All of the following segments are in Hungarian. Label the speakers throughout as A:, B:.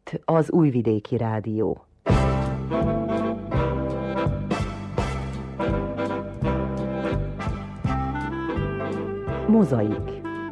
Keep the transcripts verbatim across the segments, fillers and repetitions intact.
A: Itt az Újvidéki Rádió. Mozaik.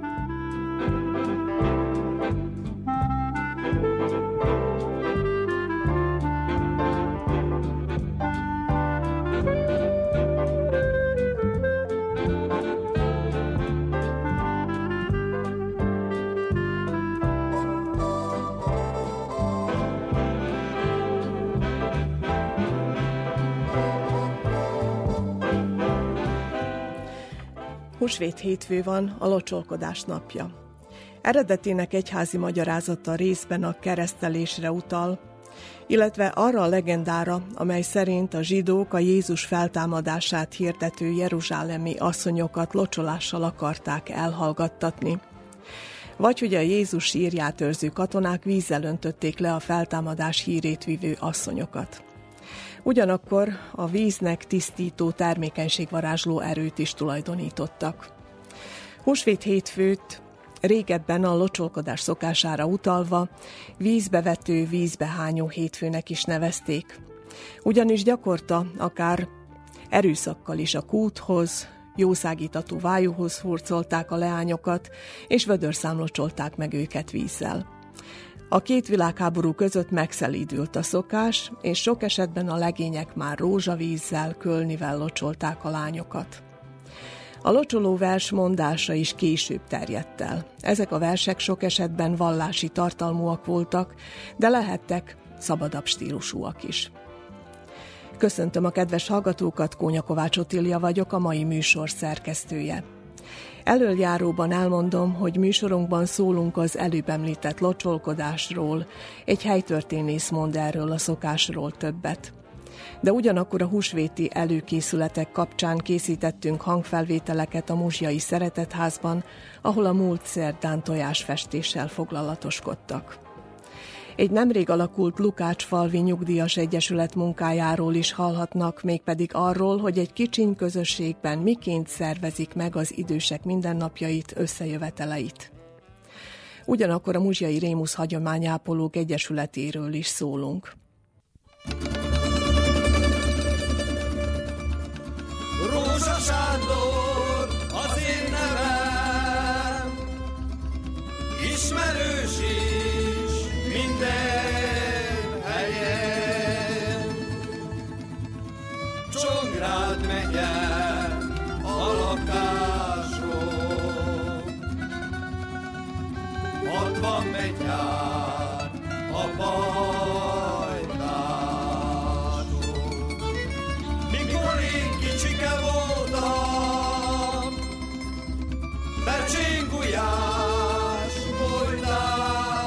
B: Húsvét hétfő van, a locsolkodás napja. Eredetének egyházi magyarázata részben a keresztelésre utal, illetve arra a legendára, amely szerint a zsidók a Jézus feltámadását hirdető jeruzsálemi asszonyokat locsolással akarták elhallgattatni. Vagy hogy a Jézus sírját őrző katonák vízzel öntötték le a feltámadás hírét vívő asszonyokat. Ugyanakkor a víznek tisztító, termékenységvarázsló erőt is tulajdonítottak. Húsvét hétfőt régebben a locsolkodás szokására utalva vízbevető, vízbehányó hétfőnek is nevezték. Ugyanis gyakorta akár erőszakkal is a kúthoz, jószágítató vájúhoz hurcolták a leányokat, és vödörszám locsolták meg őket vízzel. A két világháború között megszelídült a szokás, és sok esetben a legények már rózsavízzel, kölnivel locsolták a lányokat. A locsoló vers mondása is később terjedt el. Ezek a versek sok esetben vallási tartalmúak voltak, de lehettek szabadabb stílusúak is. Köszöntöm a kedves hallgatókat, Kónya Kovács Otília vagyok, a mai műsor szerkesztője. Elöljáróban elmondom, hogy műsorunkban szólunk az előbb említett locsolkodásról, egy helytörténész mond erről a szokásról többet. De ugyanakkor a húsvéti előkészületek kapcsán készítettünk hangfelvételeket a Muzsiai Szeretetházban, ahol a múlt szerdán tojásfestéssel foglalatoskodtak. Egy nemrég alakult Lukácsfalvi Nyugdíjas Egyesület munkájáról is hallhatnak, mégpedig arról, hogy egy kicsiny közösségben miként szervezik meg az idősek mindennapjait, összejöveteleit. Ugyanakkor a Muzsiai Rémusz Hagyományápolók Egyesületéről is szólunk.
C: Rózsa Sándor az én nevem, ismerős is minden helyen. Csongrád megyen a lakásom, hatvan megy jár a bajtásom. Mikor én kicsike voltam, becsingujás voltál,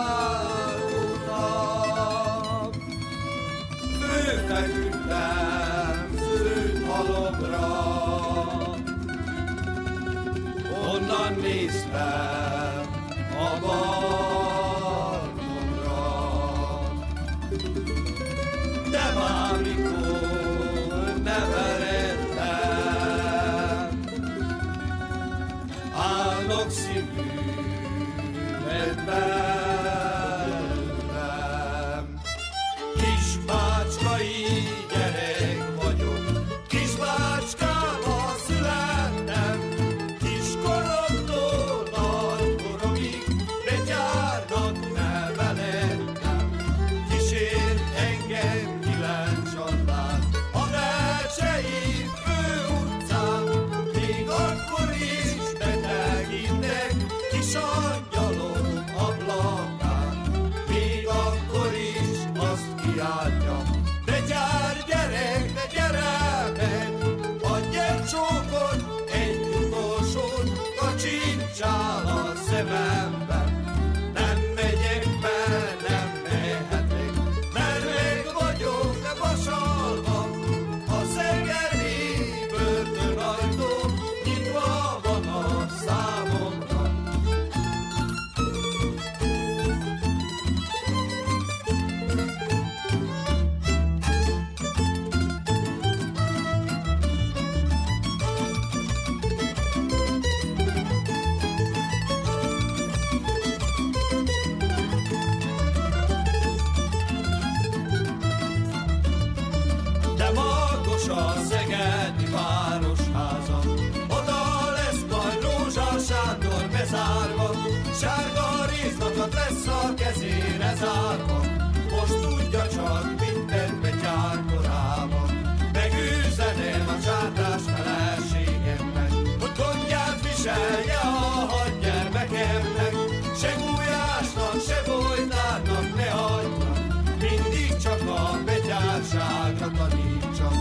C: az álma, most tudja csak mindent betyár korában. Megüzenem a csátás feleségemnek, hogy gondját viselje a hat gyermekemnek. Se gulyásnak, se bojtárnak ne hagynak, mindig csak a betyárságra tanítsak.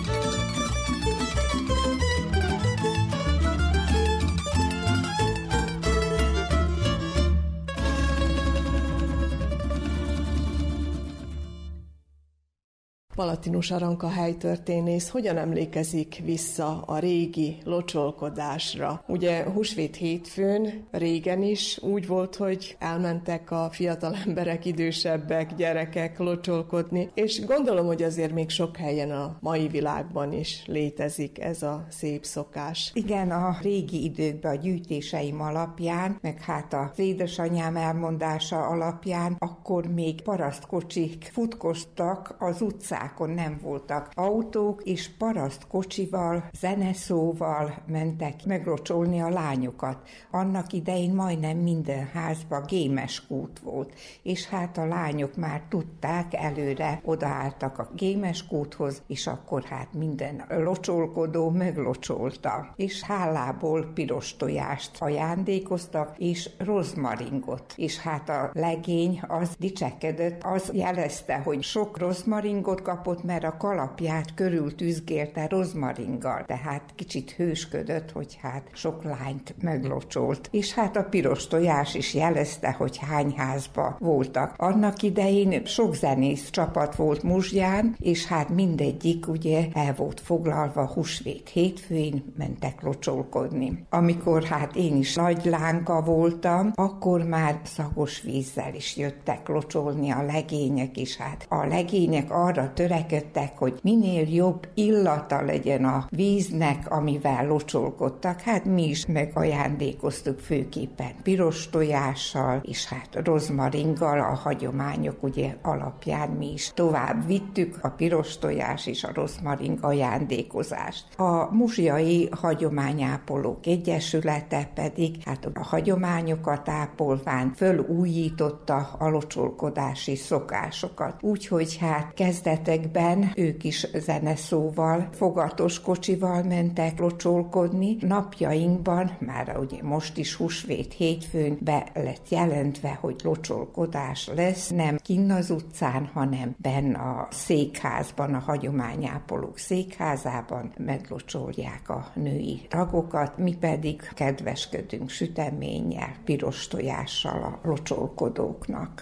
B: Palatinus Aranka helytörténész hogyan emlékezik vissza a régi locsolkodásra? Ugye húsvét hétfőn régen is úgy volt, hogy elmentek a fiatal emberek, idősebbek, gyerekek locsolkodni, és gondolom, hogy azért még sok helyen a mai világban is létezik ez a szép szokás.
D: Igen, a régi időkben a gyűjtéseim alapján, meg hát az édesanyám elmondása alapján, akkor még parasztkocsik futkostak az utcán. Nem voltak autók, és parasztkocsival, zeneszóval mentek meglocsolni a lányokat. Annak idején majdnem minden házban gémes kút volt, és hát a lányok már tudták, előre odaálltak a gémes kúthoz, és akkor hát minden locsolkodó meglocsolta. És hálából piros tojást ajándékoztak, és rozmaringot. És hát a legény az dicsekedett, az jelezte, hogy sok rozmaringot kapott, mert a kalapját körül tüzgélte rozmaringgal, tehát kicsit hősködött, hogy hát sok lányt meglocsolt. És hát a piros tojás is jelezte, hogy hány házba voltak. Annak idején sok zenész csapat volt Muzsján, és hát mindegyik ugye el volt foglalva húsvét hétfőn, mentek locsolkodni. Amikor hát én is nagy lánka voltam, akkor már szagos vízzel is jöttek locsolni a legények, és hát a legények arra törekedtek, hogy minél jobb illata legyen a víznek, amivel locsolkodtak. Hát mi is megajándékoztuk főképpen piros tojással, és hát rozmaringgal, a hagyományok ugye alapján mi is tovább vittük a piros tojás és a rozmaring ajándékozást. A Muzsjai Hagyományápolók Egyesülete pedig hát a hagyományokat ápolván fölújította a locsolkodási szokásokat. Úgyhogy hát kezdetekben ők is zeneszóval, fogatos kocsival mentek locsolkodni. Napjainkban, már ugye most is húsvét hétfőn be lett jelentve, hogy locsolkodás lesz, nem kinn az utcán, hanem benn a székházban, a hagyományápolók székházában meglocsolják a női tagokat, mi pedig kedveskedünk süteménnyel, piros tojással a locsolkodóknak.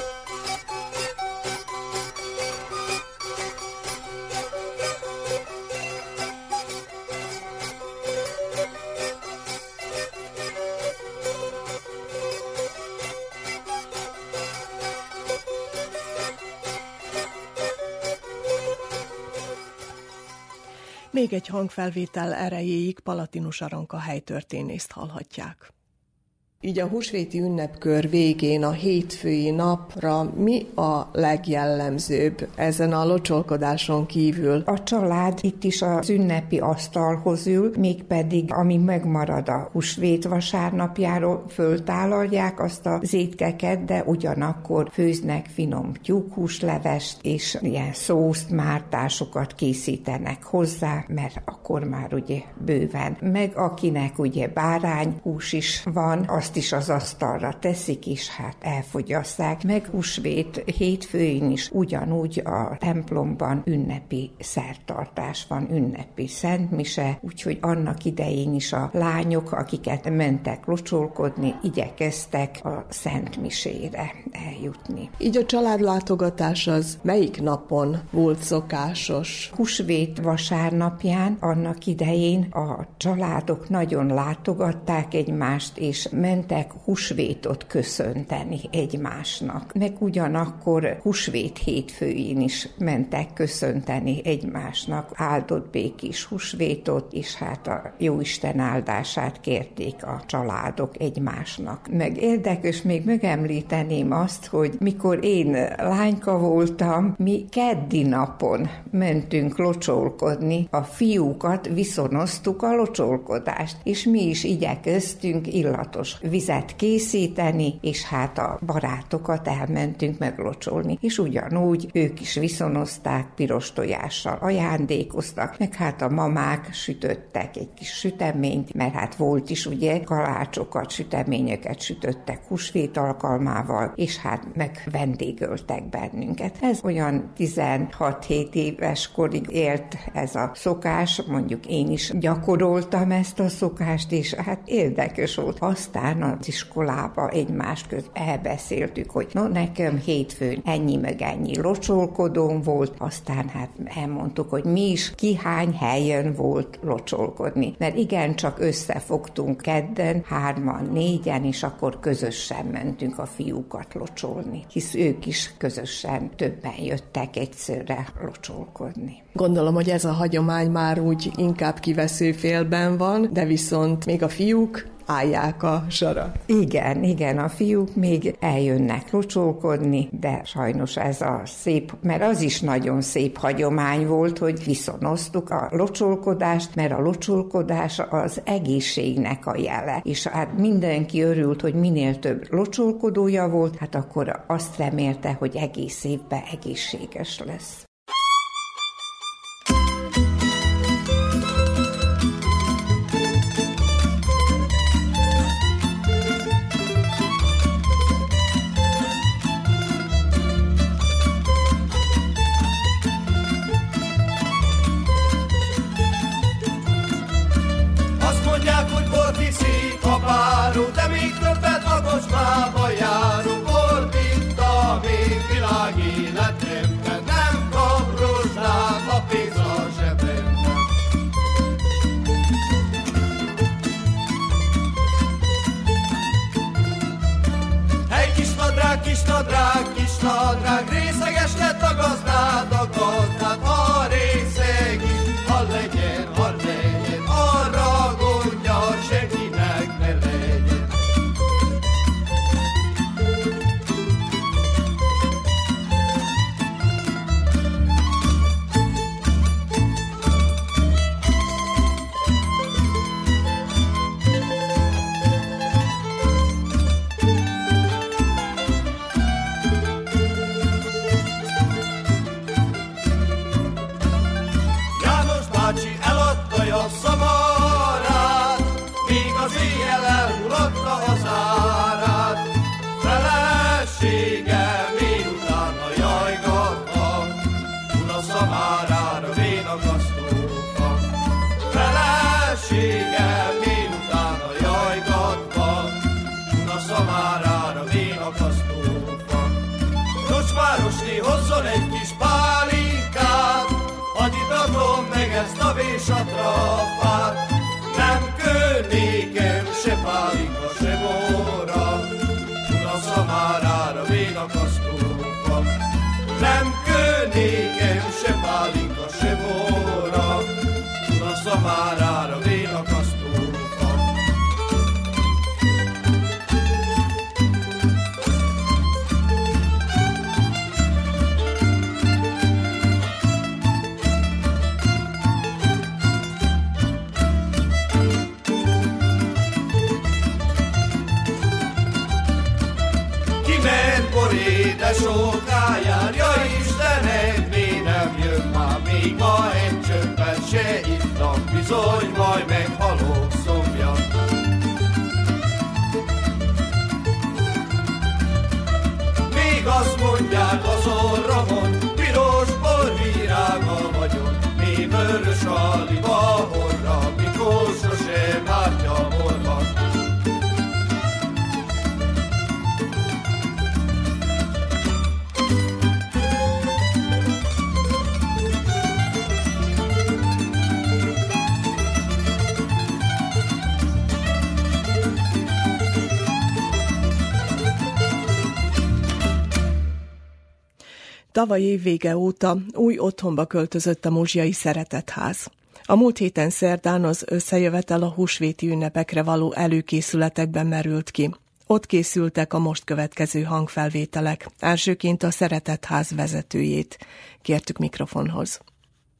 B: Még egy hangfelvétel erejéig Palatinus Aranka helytörténészt hallhatják. Így a húsvéti ünnepkör végén a hétfői napra mi a legjellemzőbb ezen a locsolkodáson kívül?
D: A család itt is az ünnepi asztalhoz ül, mégpedig ami megmarad a húsvét vasárnapjáról, föltálalják azt az étkeket, de ugyanakkor főznek finom tyúkhúslevest, és ilyen szószt, mártásokat készítenek hozzá, mert akkor már ugye bőven. Meg akinek ugye bárányhús is van, azt is az asztalra teszik, és hát elfogyasztják. Meg húsvét hétfőin is ugyanúgy a templomban ünnepi szertartás van, ünnepi szentmise, úgyhogy annak idején is a lányok, akiket mentek locsolkodni, igyekeztek a szentmisére eljutni.
B: Így a családlátogatás az melyik napon volt szokásos?
D: Húsvét vasárnapján annak idején a családok nagyon látogatták egymást, és mentek húsvétot köszönteni egymásnak. Meg ugyanakkor húsvét hétfőin is mentek köszönteni egymásnak áldott békés húsvétot, és hát a Jóisten áldását kérték a családok egymásnak. Meg érdekes, még megemlíteném azt, hogy mikor én lányka voltam, mi keddi napon mentünk locsolkodni, a fiúk fiúkat viszonoztuk a locsolkodást, és mi is igyekeztünk illatos vizet készíteni, és hát a barátokat elmentünk meglocsolni, és ugyanúgy ők is viszonozták, piros tojással ajándékoztak, meg hát a mamák sütöttek egy kis süteményt, mert hát volt is ugye kalácsokat, süteményeket sütöttek húsvét alkalmával, és hát meg vendégöltek bennünket. Ez olyan tizenhat-hét éves korig élt ez a szokás, mondjuk én is gyakoroltam ezt a szokást, és hát érdekes volt. Aztán az iskolába egymást közt elbeszéltük, hogy no nekem hétfőn ennyi meg ennyi locsolkodóm volt, aztán hát elmondtuk, hogy mi is ki hány helyen volt locsolkodni. Mert igen, csak összefogtunk kedden, hárman, négyen, és akkor közösen mentünk a fiúkat locsolni, hisz ők is közösen többen jöttek egyszerre locsolkodni.
B: Gondolom, hogy ez a hagyomány már úgy inkább kivesző félben van, de viszont még a fiúk állják a sarat.
D: Igen, igen, a fiúk még eljönnek locsolkodni, de sajnos ez a szép, mert az is nagyon szép hagyomány volt, hogy viszonoztuk a locsolkodást, mert a locsolkodás az egészségnek a jele, és hát mindenki örült, hogy minél több locsolkodója volt, hát akkor azt remélte, hogy egész évben egészséges lesz.
C: De még többet a kocsmába járunk, ordít, még világéletemben, nem kap rozsdát a pénz a zsebemben. Hey kis nadrág, kis nadrág, kis nadrág, részeges lett a gazdád, a gazdád, ha részeg is, ha legyen, ha legyen, arra gondja senkinek ne legyen. Hozzon egy kis pálinkát, hadd itatom meg ezt a vésatrapát. Nem kő nékem se pálinka, se bóra, Duna szamárára vénakasztófa. Nem kő nékem se pálinka, se bóra, Duna szamárára vénakasztófa. De sokájár, ja Istenem, mi nem jön már még ma egy csöppet se ittam, bizony majd meghalok szomja. Még azt mondják az orromon, piros borvirága vagyok, mi vörös a libahorra, mikor sosem látja morva.
B: Tavaly év vége óta új otthonba költözött a Muzsiai Szeretetház. A múlt héten szerdán az összejövetel a húsvéti ünnepekre való előkészületekben merült ki. Ott készültek a most következő hangfelvételek. Elsőként a Szeretetház vezetőjét kértük mikrofonhoz.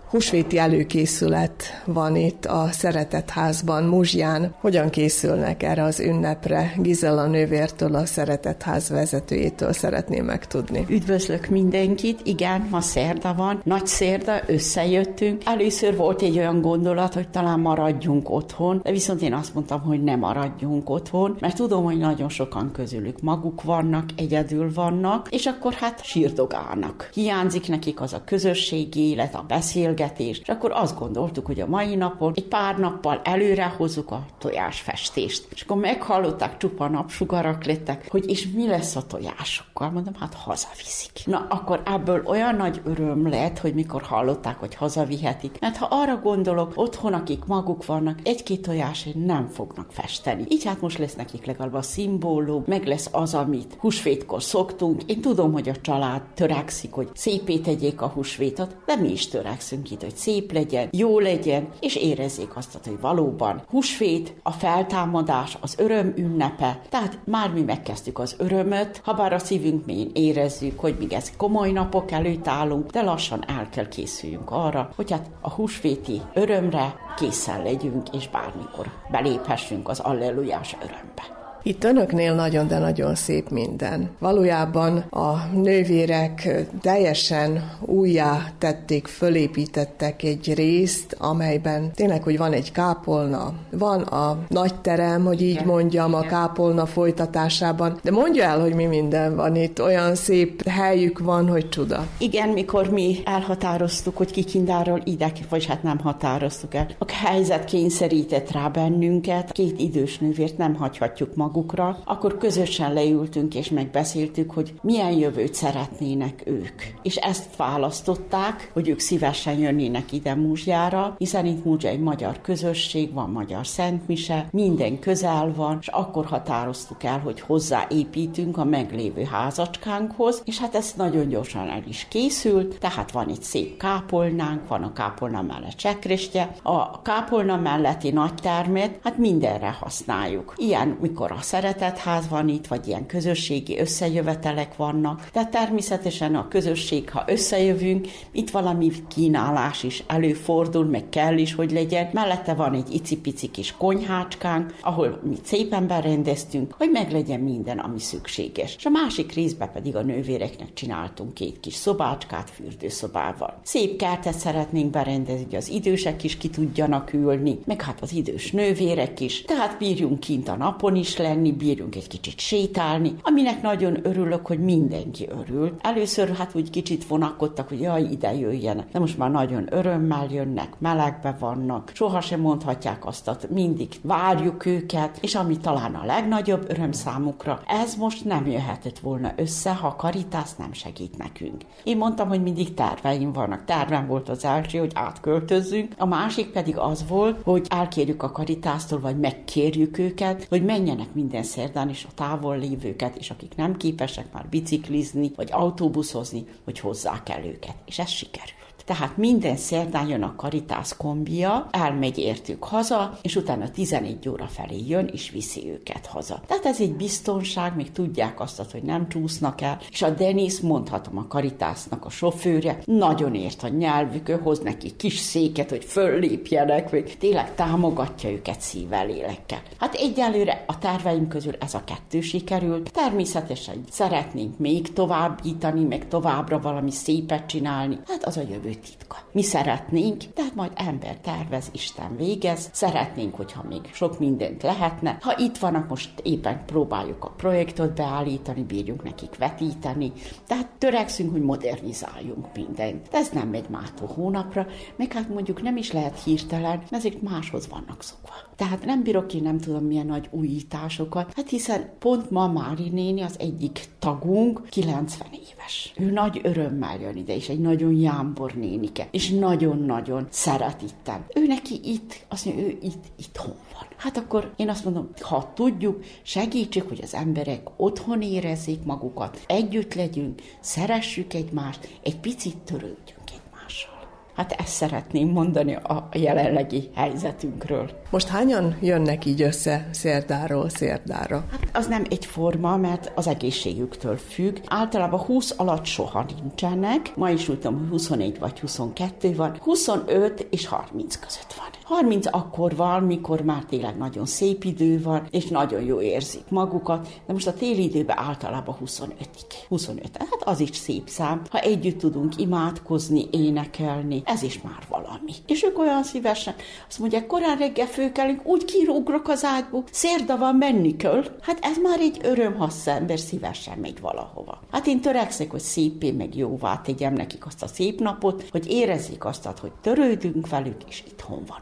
B: Húsvéti előkészület van itt a Szeretetházban, Muzsján. Hogyan készülnek erre az ünnepre? Gizella nővértől, a Szeretetház vezetőjétől szeretném megtudni.
E: Üdvözlök mindenkit, igen, ma szerda van, nagy szerda, összejöttünk. Először volt egy olyan gondolat, hogy talán maradjunk otthon, de viszont én azt mondtam, hogy ne maradjunk otthon, mert tudom, hogy nagyon sokan közülük maguk vannak, egyedül vannak, és akkor hát sírdogálnak. Hiányzik nekik az a közösségi élet, a beszélgetés, és akkor azt gondoltuk, hogy a mai napon egy pár nappal előre hozzuk a tojásfestést. És akkor meghallották, csupa napsugarak lettek, hogy és mi lesz a tojásokkal? Mondom, hát hazaviszik. Na, akkor ebből olyan nagy öröm lett, hogy mikor hallották, hogy hazavihetik. Mert ha arra gondolok, otthon, akik maguk vannak, egy-két tojásért nem fognak festeni. Így hát most lesz nekik legalább a szimbólum, meg lesz az, amit húsvétkor szoktunk. Én tudom, hogy a család törekszik, hogy szépé tegyék a húsvétot, de mi is törekszünk itt, hogy szép legyen, jó legyen, és érezzék azt, hogy valóban húsvét, a feltámadás, az öröm ünnepe, tehát már mi megkezdtük az örömöt, ha bár a szívünk mélyén érezzük, hogy még ez komoly napok előtt állunk, de lassan el kell készüljünk arra, hogy hát a húsvéti örömre készen legyünk, és bármikor beléphessünk az allelujás örömbe.
B: Itt önöknél nagyon, de nagyon szép minden. Valójában a nővérek teljesen újjá tették, fölépítettek egy részt, amelyben tényleg, hogy van egy kápolna, van a nagy terem, hogy így mondjam, a kápolna folytatásában, de mondja el, hogy mi minden van itt, olyan szép helyük van, hogy csuda.
E: Igen, mikor mi elhatároztuk, hogy Kikindáról ide, vagy hát nem határoztuk el, a helyzet kényszerített rá bennünket, két idős nővért nem hagyhatjuk magukra, akkor közösen leültünk és megbeszéltük, hogy milyen jövőt szeretnének ők. És ezt választották, hogy ők szívesen jönnének ide Muzsjára, hiszen itt Muzsja egy magyar közösség, van magyar szentmise, minden közel van, és akkor határoztuk el, hogy hozzáépítünk a meglévő házacskánkhoz, és hát ez nagyon gyorsan el is készült, tehát van egy szép kápolnánk, van a kápolna mellett csekrestje, a kápolna melletti nagy termet, hát mindenre használjuk. Ilyen, mikor a Szeretetház van itt, vagy ilyen közösségi összejövetelek vannak, de természetesen a közösség, ha összejövünk, itt valami kínálás is előfordul, meg kell is, hogy legyen. Mellette van egy icipici kis konyhácskánk, ahol mi szépen berendeztünk, hogy meglegyen minden, ami szükséges. És a másik részben pedig a nővéreknek csináltunk két kis szobácskát fürdőszobával. Szép kertet szeretnénk berendezni, hogy az idősek is ki tudjanak ülni, meg hát az idős nővérek is, tehát bírjunk kint a napon is lenni, bírjunk egy kicsit sétálni, aminek nagyon örülök, hogy mindenki örül. Először hát úgy kicsit vonakodtak, hogy jaj, ide jöjjenek, de most már nagyon örömmel jönnek, melegbe vannak, sohasem mondhatják azt, hogy mindig várjuk őket, és ami talán a legnagyobb öröm számukra, ez most nem jöhetett volna össze, ha a Caritas nem segít nekünk. Én mondtam, hogy mindig terveim vannak. Tervem volt az első, hogy átköltözzünk, a másik pedig az volt, hogy elkérjük a Caritástól, vagy megkérjük őket, hogy menjenek minden szerdán is a távol lévőket, és akik nem képesek már biciklizni, vagy autóbuszozni, hogy hozzák el őket. És ez sikerült. Tehát minden szerdán jön a Caritas kombija, elmegy értük haza, és utána tizenegy óra felé jön, és viszi őket haza. Tehát ez egy biztonság, még tudják azt, hogy nem csúsznak el, és a Denis, mondhatom a Caritasnak a sofőrje, nagyon ért a nyelvükön, hoz neki kis széket, hogy föllépjenek, vagy tényleg támogatja őket szívvel, lélekkel. Hát egyelőre a terveim közül ez a kettő sikerült. Természetesen szeretnénk még továbbítani, meg továbbra valami szépet csinálni. Hát az a jövő titka. Mi szeretnénk, tehát majd ember tervez, Isten végez. Szeretnénk, hogyha még sok mindent lehetne. Ha itt vannak, most éppen próbáljuk a projektot beállítani, bírjunk nekik vetíteni. Tehát törekszünk, hogy modernizáljunk mindent. De ez nem megy mától hónapra, meg hát mondjuk nem is lehet hirtelen, ezek máshoz vannak szokva. Tehát nem bírok én nem tudom milyen nagy újításokat, hát hiszen pont ma Mári néni az egyik tagunk kilencven éves. Ő nagy örömmel jön ide, és egy nagyon jámbor nénike, és nagyon-nagyon szeret itten. Ő neki itt, azt mondja, ő itt, itthon van. Hát akkor én azt mondom, ha tudjuk, segítsük, hogy az emberek otthon érezzék magukat, együtt legyünk, szeressük egymást, egy picit törődjünk egymással. Hát ezt szeretném mondani a jelenlegi helyzetünkről.
B: Most hányan jönnek így össze szerdáról szerdára?
E: Hát az nem egyforma, mert az egészségüktől függ. Általában húsz alatt soha nincsenek. Ma is úgy tudom, hogy huszonegy vagy huszonkettő van. huszonöt és harminc között van. harminc akkor van, mikor már tényleg nagyon szép idő van, és nagyon jó érzik magukat. De most a téli időben általában huszonötig. huszonöt. Hát az is szép szám. Ha együtt tudunk imádkozni, énekelni, ez is már valami. És ők olyan szívesen azt mondják, korán reggel fölkelünk, úgy kirúgrok az ágyból, szerda van, menni kell. Hát ez már egy öröm, ha az ember szívesen megy valahova. Hát én törekszek, hogy szépé meg jóvá tegyem nekik azt a szép napot, hogy érezzék azt, hogy törődünk velük, és itthon vannak.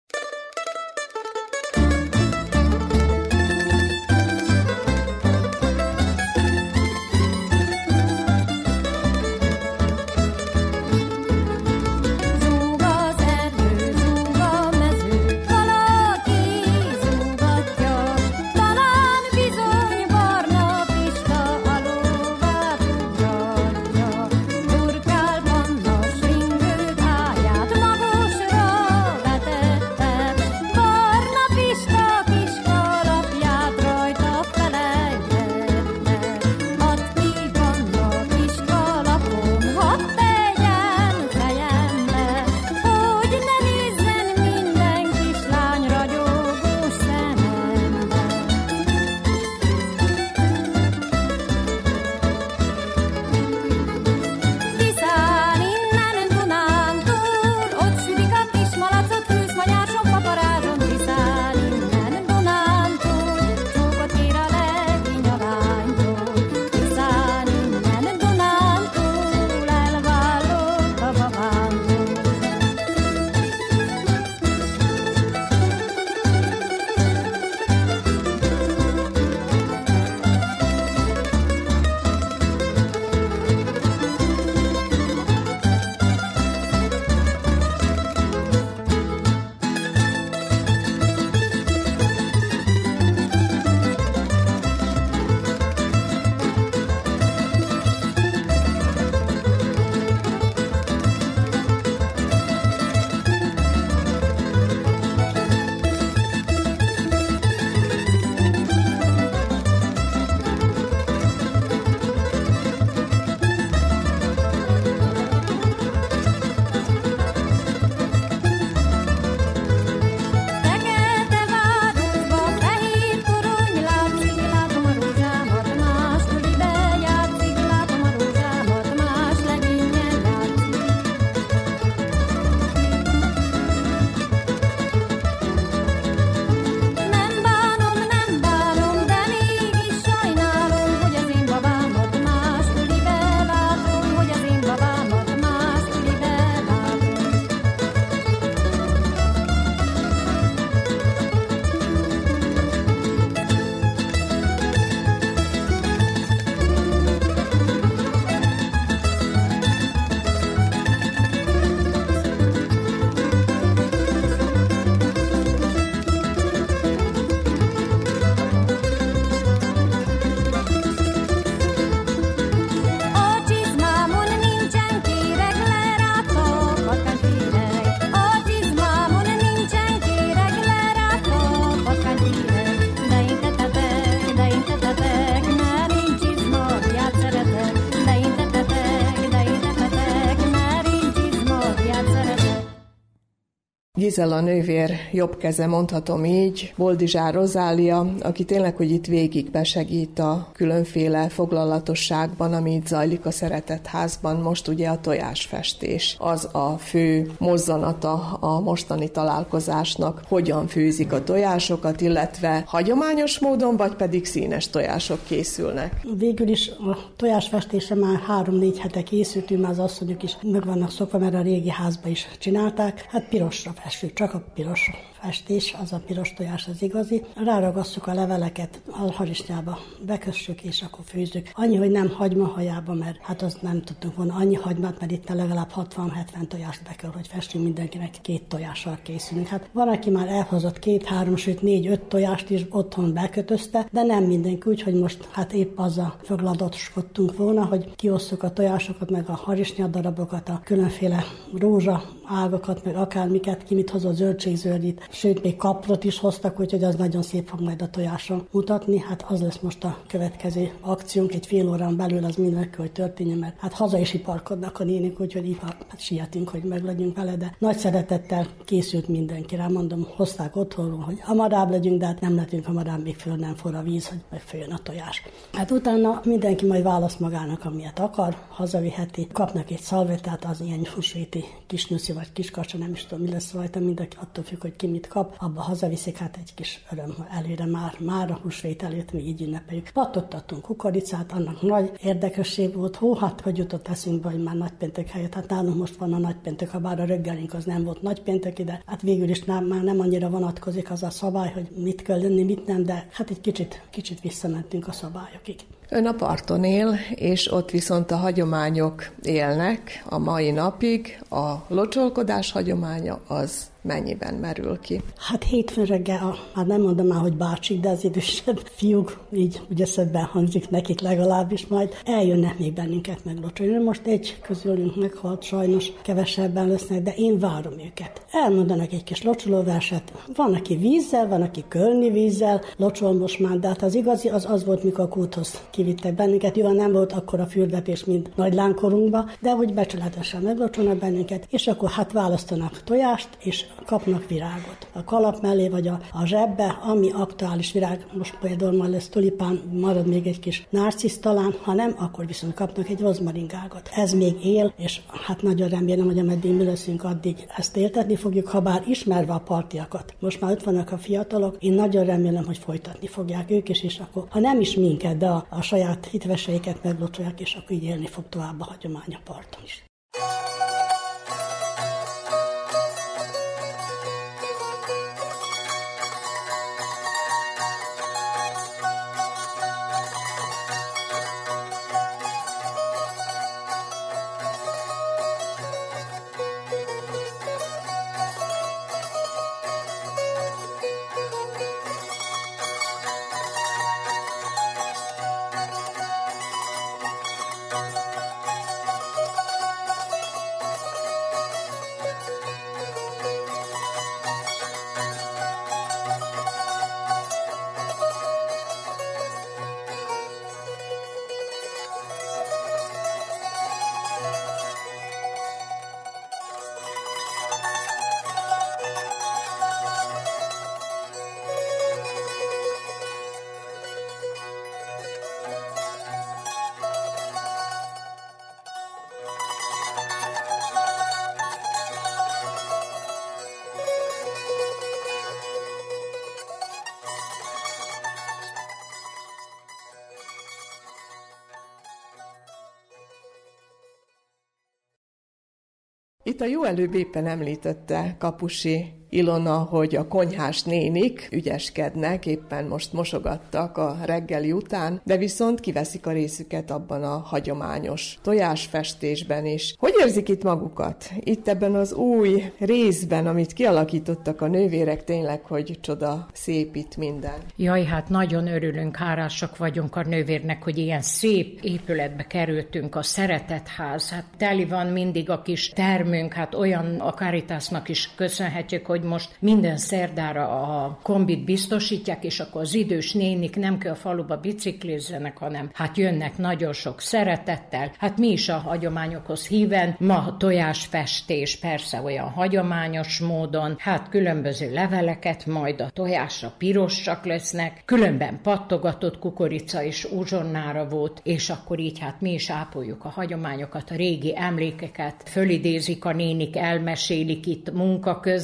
B: Gizella nővér jobb keze, mondhatom így, Boldizsár Rozália, aki tényleg, hogy itt végig besegít a különféle foglalatosságban, ami itt zajlik a Szeretetházban. Most ugye a tojásfestés az a fő mozzanata a mostani találkozásnak. Hogyan főzik a tojásokat, illetve hagyományos módon, vagy pedig színes tojások készülnek?
F: Végül is a tojásfestése már három-négy hete készültünk, már az asszonyok is meg vannak szokva, mert a régi házba is csinálták. Hát pirosra festjük, csak a pirosra festés, az a piros tojás az igazi. Ráragasszuk a leveleket, a harisnyába bekössük, és akkor főzzük. Annyi, hogy nem hagymahajába, mert hát azt nem tudtunk volna annyi hagymát, mert itt legalább hatvan-hetven tojást be kell, hogy festünk, mindenkinek két tojással készülünk. Hát van, aki már elhozott két-három, sőt négy-öt tojást is otthon bekötözte, de nem mindenki, úgyhogy most hát épp azzal foglalatoskodtunk volna, hogy kiosszuk a tojásokat, meg a harisnyadarabokat, a különféle rózsa ágakat, meg akármiket, ki mit hozott, zöldségzöldit, sőt még kaprot is hoztak, úgyhogy az nagyon szép fog majd a tojáson mutatni. Hát az lesz most a következő akciónk, egy fél órán belül az mindenki, hogy történjen, mert hát haza is iparkodnak a nénik, úgyhogy ipar, hát sietünk, hogy meglegyünk vele, de nagy szeretettel készült mindenki rá, mondom, hozták otthonról, hogy hamarább legyünk, de hát nem lehetünk hamarább, még föl nem forra a víz, hogy megfőjön a tojás. Hát utána mindenki majd választ magának, amilyet akar, hazaviheti, kapnak egy szalvétát, az ilyen húsvéti kis nyuszi vagy kis kacsa, nem is tudom, mi lesz rajta, mindenki attól függ, hogy ki mit kap, abba hazaviszik, hát egy kis öröm előre már, már a húsvét előtt mi így ünnepeljük. Pattogtattunk kukoricát, annak nagy érdekesség volt, hó, hát hogy jutott eszünkbe, hogy már nagypéntek helyett, hát nálunk most van a nagypéntek, ha bár a reggelink az nem volt nagypéntek ide, hát végül is nem, már nem annyira vonatkozik az a szabály, hogy mit kell lenni, mit nem, de hát egy kicsit, kicsit visszamentünk a szabályokig.
B: Ön a parton él, és ott viszont a hagyományok élnek a mai napig. A locsolkodás hagyománya az mennyiben merül ki?
F: Hát hétfőn reggel, hát nem mondom már, hogy bácsik, de az idősebb fiúk, így ugye szebben hangzik nekik legalábbis, majd eljönnek még bennünket meglocsolni. Most egy közülünk meghalt, sajnos kevesebben lesznek, de én várom őket. Elmondanak egy kis locsolóverset. Van, aki vízzel, van, aki kölni vízzel, locsol most már, de hát az igazi az az volt, mikor a kúthoz kivittek bennünket. Jó, nem volt akkor a fürdetés, mint nagy lánkorunkba, de hogy becsületesen meglocsolnak bennünket, és akkor hát választanak tojást, és kapnak virágot. A kalap mellé, vagy a, a zsebbe, ami aktuális virág, most például majd lesz tulipán, marad még egy kis narcisz talán, ha nem, akkor viszont kapnak egy rozmaringágot. Ez még él, és hát nagyon remélem, hogy ameddig mi leszünk, addig ezt éltetni fogjuk, ha bár ismerve a partiakat. Most már ott vannak a fiatalok, én nagyon remélem, hogy folytatni fogják ők is, és akkor, ha nem is minket, de a, a saját hitveseiket meglocsolják, és akkor így élni fog tovább a hagyomány a parton is.
B: Itt a jó előbb éppen említette Kapusi Ilona, hogy a konyhás nénik ügyeskednek, éppen most mosogattak a reggeli után, de viszont kiveszik a részüket abban a hagyományos tojásfestésben is. Hogy érzik itt magukat? Itt ebben az új részben, amit kialakítottak a nővérek, tényleg, hogy csoda szép itt minden.
G: Jaj, hát nagyon örülünk, hálásak vagyunk a nővérnek, hogy ilyen szép épületbe kerültünk, a Szeretetház. Hát teli van mindig a kis termünk, hát olyan a Caritasnak is köszönhetjük, hogy most minden szerdára a kombit biztosítják, és akkor az idős nénik nem kell a faluba biciklizzenek, hanem hát jönnek nagyon sok szeretettel. Hát mi is a hagyományokhoz híven, ma tojásfestés, persze olyan hagyományos módon, hát különböző leveleket, majd a tojásra pirosak lesznek, különben pattogatott kukorica is uzsonnára volt, és akkor így hát mi is ápoljuk a hagyományokat, a régi emlékeket, fölidézik a nénik, elmesélik itt munka közben.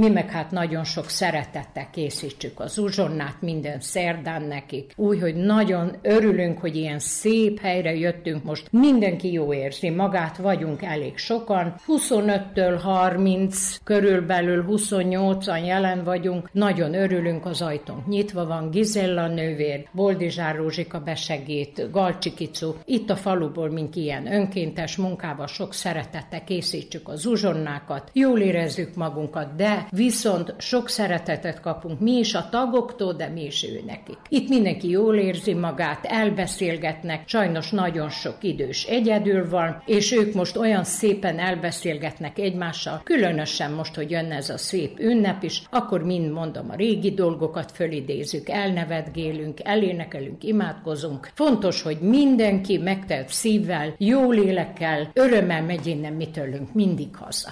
G: Mi meg hát nagyon sok szeretettel készítsük az uzsonnát minden szerdán nekik. Úgyhogy nagyon örülünk, hogy ilyen szép helyre jöttünk most. Mindenki jó érzi magát, vagyunk elég sokan. huszonöttől harminc körülbelül huszonnyolcan jelen vagyunk. Nagyon örülünk, az ajtónk nyitva van. Gizella nővér, Boldizsár Rózsika besegít, Galcsi Kicu. Itt a faluból mink ilyen önkéntes munkával sok szeretettel készítsük az uzsonnákat. Jól érezzük magunkat, de viszont sok szeretetet kapunk mi is a tagoktól, de mi is ő nekik. Itt mindenki jól érzi magát, elbeszélgetnek, sajnos nagyon sok idős egyedül van, és ők most olyan szépen elbeszélgetnek egymással, különösen most, hogy jönne ez a szép ünnep is, akkor mind mondom, a régi dolgokat fölidézzük, elnevetgélünk, elénekelünk, imádkozunk. Fontos, hogy mindenki megtelt szívvel, jó lélekkel, örömmel megy innen mi tőlünk mindig haza.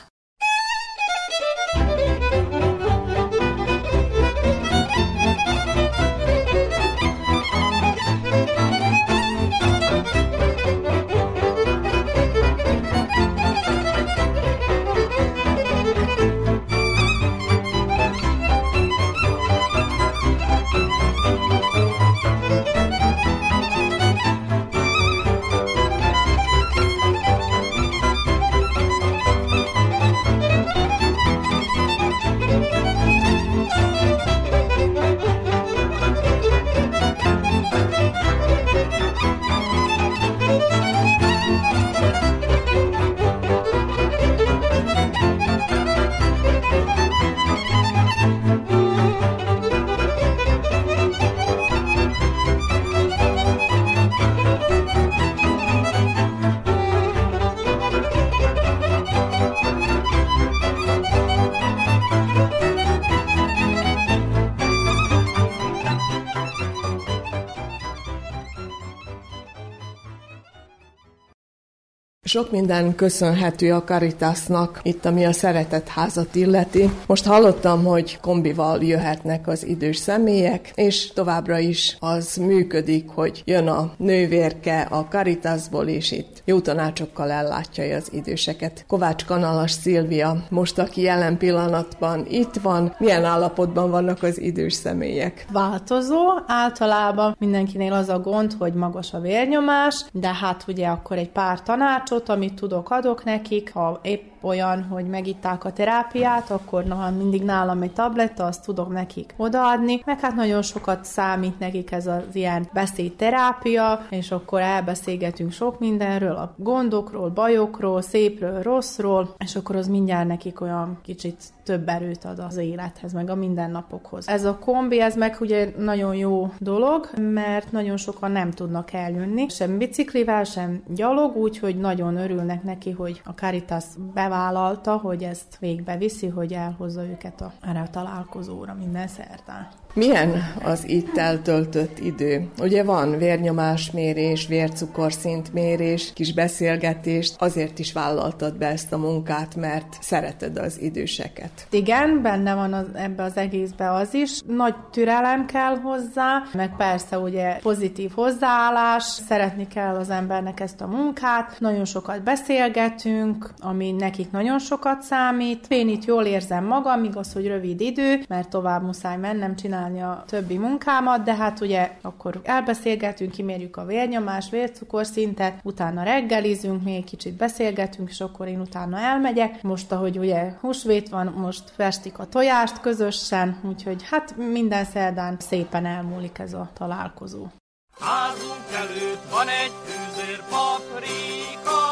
B: Sok minden köszönhető a Caritasnak, itt ami a Szeretetházat illeti. Most hallottam, hogy kombival jöhetnek az idős személyek, és továbbra is az működik, hogy jön a nővérke a Caritasból, és itt jó tanácsokkal ellátja az időseket. Kovács Kanalas Szilvia, most aki jelen pillanatban itt van, milyen állapotban vannak az idős személyek?
H: Változó, általában mindenkinél az a gond, hogy magas a vérnyomás, de hát ugye akkor egy pár tanácsot, amit tudok, adok nekik, ha épp olyan, hogy megitták a terápiát, akkor na, mindig nálam egy tabletta, azt tudom nekik odaadni, meg hát nagyon sokat számít nekik ez az ilyen beszédterápia, és akkor elbeszélgetünk sok mindenről, a gondokról, bajokról, szépről, rosszról, és akkor az mindjárt nekik olyan kicsit több erőt ad az élethez, meg a mindennapokhoz. Ez a kombi, ez meg ugye nagyon jó dolog, mert nagyon sokan nem tudnak eljönni, sem biciklivel, sem gyalog, úgyhogy nagyon örülnek neki, hogy a Caritas bevállalta, hogy ezt végbe viszi, hogy elhozza őket a, erre a találkozóra minden szerdán.
B: Milyen az itt eltöltött idő? Ugye van vérnyomásmérés, vércukorszintmérés, kis beszélgetést, azért is vállaltad be ezt a munkát, mert szereted az időseket.
H: Igen, benne van az, ebbe az egészbe az is. Nagy türelem kell hozzá, meg persze ugye pozitív hozzáállás, szeretni kell az embernek ezt a munkát, nagyon sokat beszélgetünk, ami nekik nagyon sokat számít. Én itt jól érzem magam, igaz, hogy rövid idő, mert tovább muszáj mennem csinálni a többi munkámat, de hát ugye akkor elbeszélgetünk, kimérjük a vérnyomás, vércukorszintet, utána reggelizünk, még kicsit beszélgetünk, és akkor én utána elmegyek. Most, ahogy ugye húsvét van, most festik a tojást közösen, úgyhogy hát minden szerdán szépen elmúlik ez a találkozó.
C: Házunk előtt van egy fűzér paprika,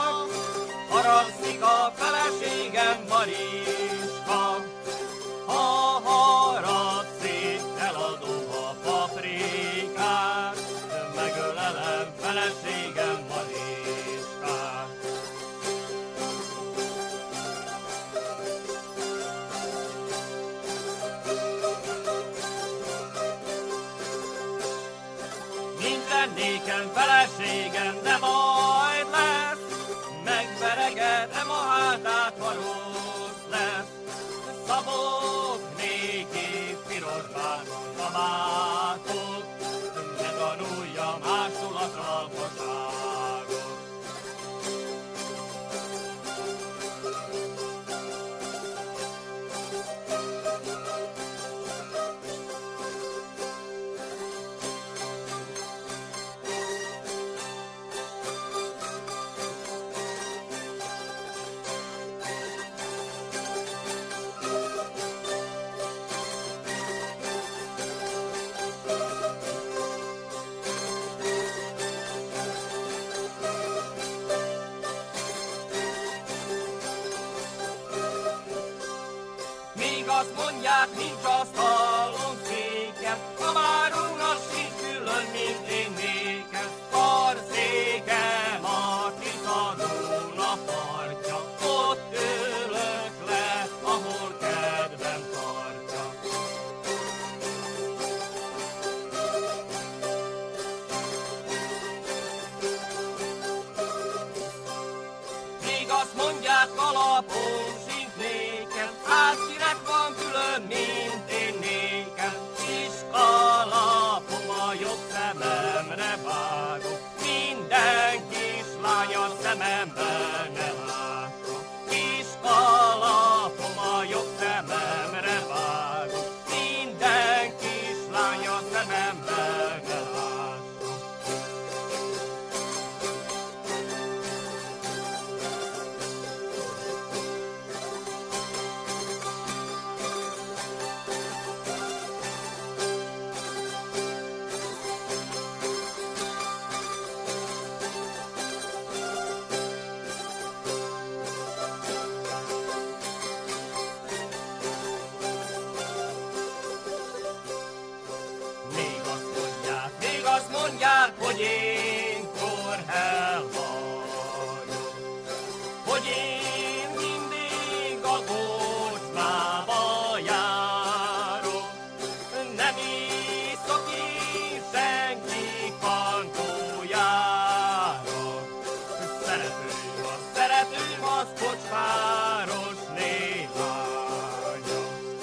C: haragszik a feleségem Mariska. Ha haragszik, eladom a paprikát, megölelem feleségem Mariskát. Nincs nékem feleségem, de majd lesz, megveregetem a hátát, ha rossz lesz. Szabok néki pirosbánon kabátot, ne tanulja mástól a szalmaságot. azt mondják, nincs asztalon székem, a márunknak sincs külön, mint én nékem. Karzékem a Titanóna partja, ott ülök le, ahol kedvem tartja. Még azt mondják, kalapom sincs nékem, hát kinek van külön, mint én nékem. Kis kalapom a jobb szememre vágok, minden kislány a szememben ne lássa. Kis kalapom a jobb szememre vágok, minden kislány a szememben ne lássa. Még azt mondják, még azt mondják, hogy én korhel vagyok, hogy én mindig a kocsmába járok, nem iszok én senki kantójára. Szeretőm az, szeretőm az kocsmáros néhánya.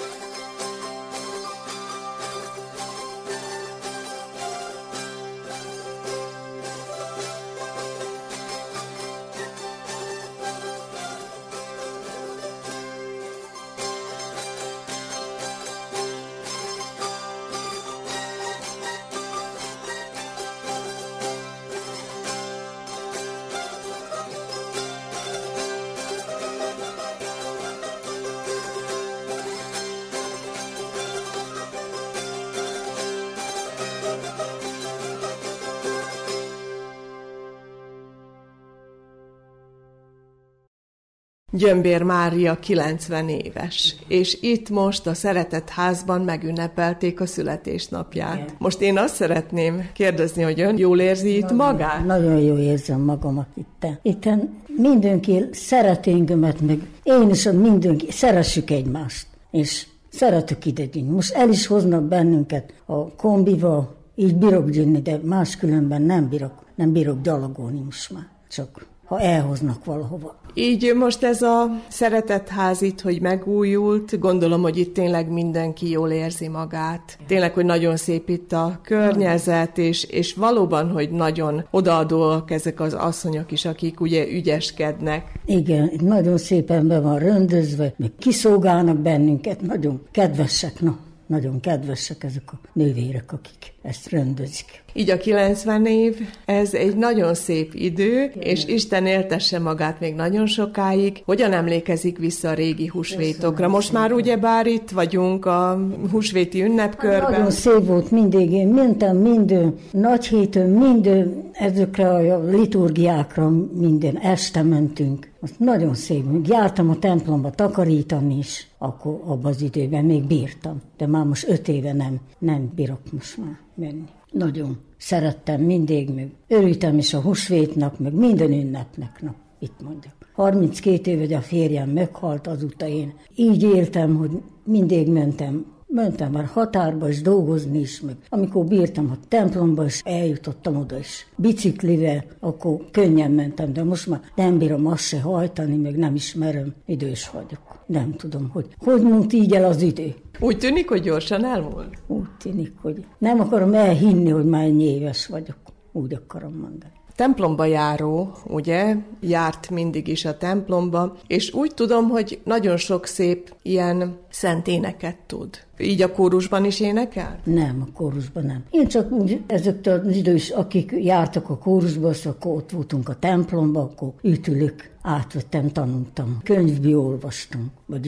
B: Gyömbér Mária kilencven éves, és itt most a Szeretett Házban megünnepelték a születésnapját. Igen. Most én azt szeretném kérdezni, hogy ön jól érzi itt nagyon, magát?
I: Nagyon jól érzem magamat itten. Itten mindenki szereténkömet, meg én is mindenki, szeressük egymást, és szeretük idegyünk. Most el is hoznak bennünket a kombival, így bírok gyűnni, de máskülönben nem bírok, nem bírok gyalogolni most már, csak ha elhoznak valahova.
B: Így most ez a Szeretett Ház itt, hogy megújult, gondolom, hogy itt tényleg mindenki jól érzi magát. Tényleg, hogy nagyon szép itt a környezet, és, és valóban, hogy nagyon odaadóak ezek az asszonyok is, akik ugye ügyeskednek.
I: Igen, nagyon szépen be van rendezve, meg kiszolgálnak bennünket, nagyon kedvesek, na. Nagyon kedvesek ezek a nővérek, akik ezt rendezik.
B: Így a kilencven év, ez egy nagyon szép idő, és Isten éltesse magát még nagyon sokáig. Hogyan emlékezik vissza a régi húsvétokra? Most már ugyebár itt vagyunk a húsvéti ünnepkörben.
I: Nagyon szép volt mindig, én mentem minden nagy héten, minden ezekre a liturgiákra, minden este mentünk. Azt nagyon szép, jártam a templomba takarítani is, akkor abban az időben még bírtam, de már most öt éve nem, nem bírok most már menni. Nagyon szerettem mindig, meg örültem is a húsvétnak, meg minden ünnepnek, na, itt mondjak. harminckét év, hogy a férjem meghalt, azóta én így éltem, hogy mindig mentem, mentem már határba is dolgozni is, meg amikor bírtam a templomba is, eljutottam oda is. Biciklivel, akkor könnyen mentem, de most már nem bírom azt se hajtani, meg nem ismerem, idős vagyok. Nem tudom, hogy hogy múlt így el az idő.
B: Úgy tűnik, hogy gyorsan elmúlt?
I: Úgy tűnik, hogy nem akarom elhinni, hogy már ennyi éves vagyok. Úgy akarom mondani.
B: Templomba járó, ugye, járt mindig is a templomba, és úgy tudom, hogy nagyon sok szép ilyen szent éneket tud. Így a kórusban is énekel?
I: Nem, a kórusban nem. Én csak úgy, ezektől az idős, akik jártak a kórusba, akkor ott voltunk a templomba, akkor ütülök, átvettem, tanultam. Könyvből olvastam, vagyis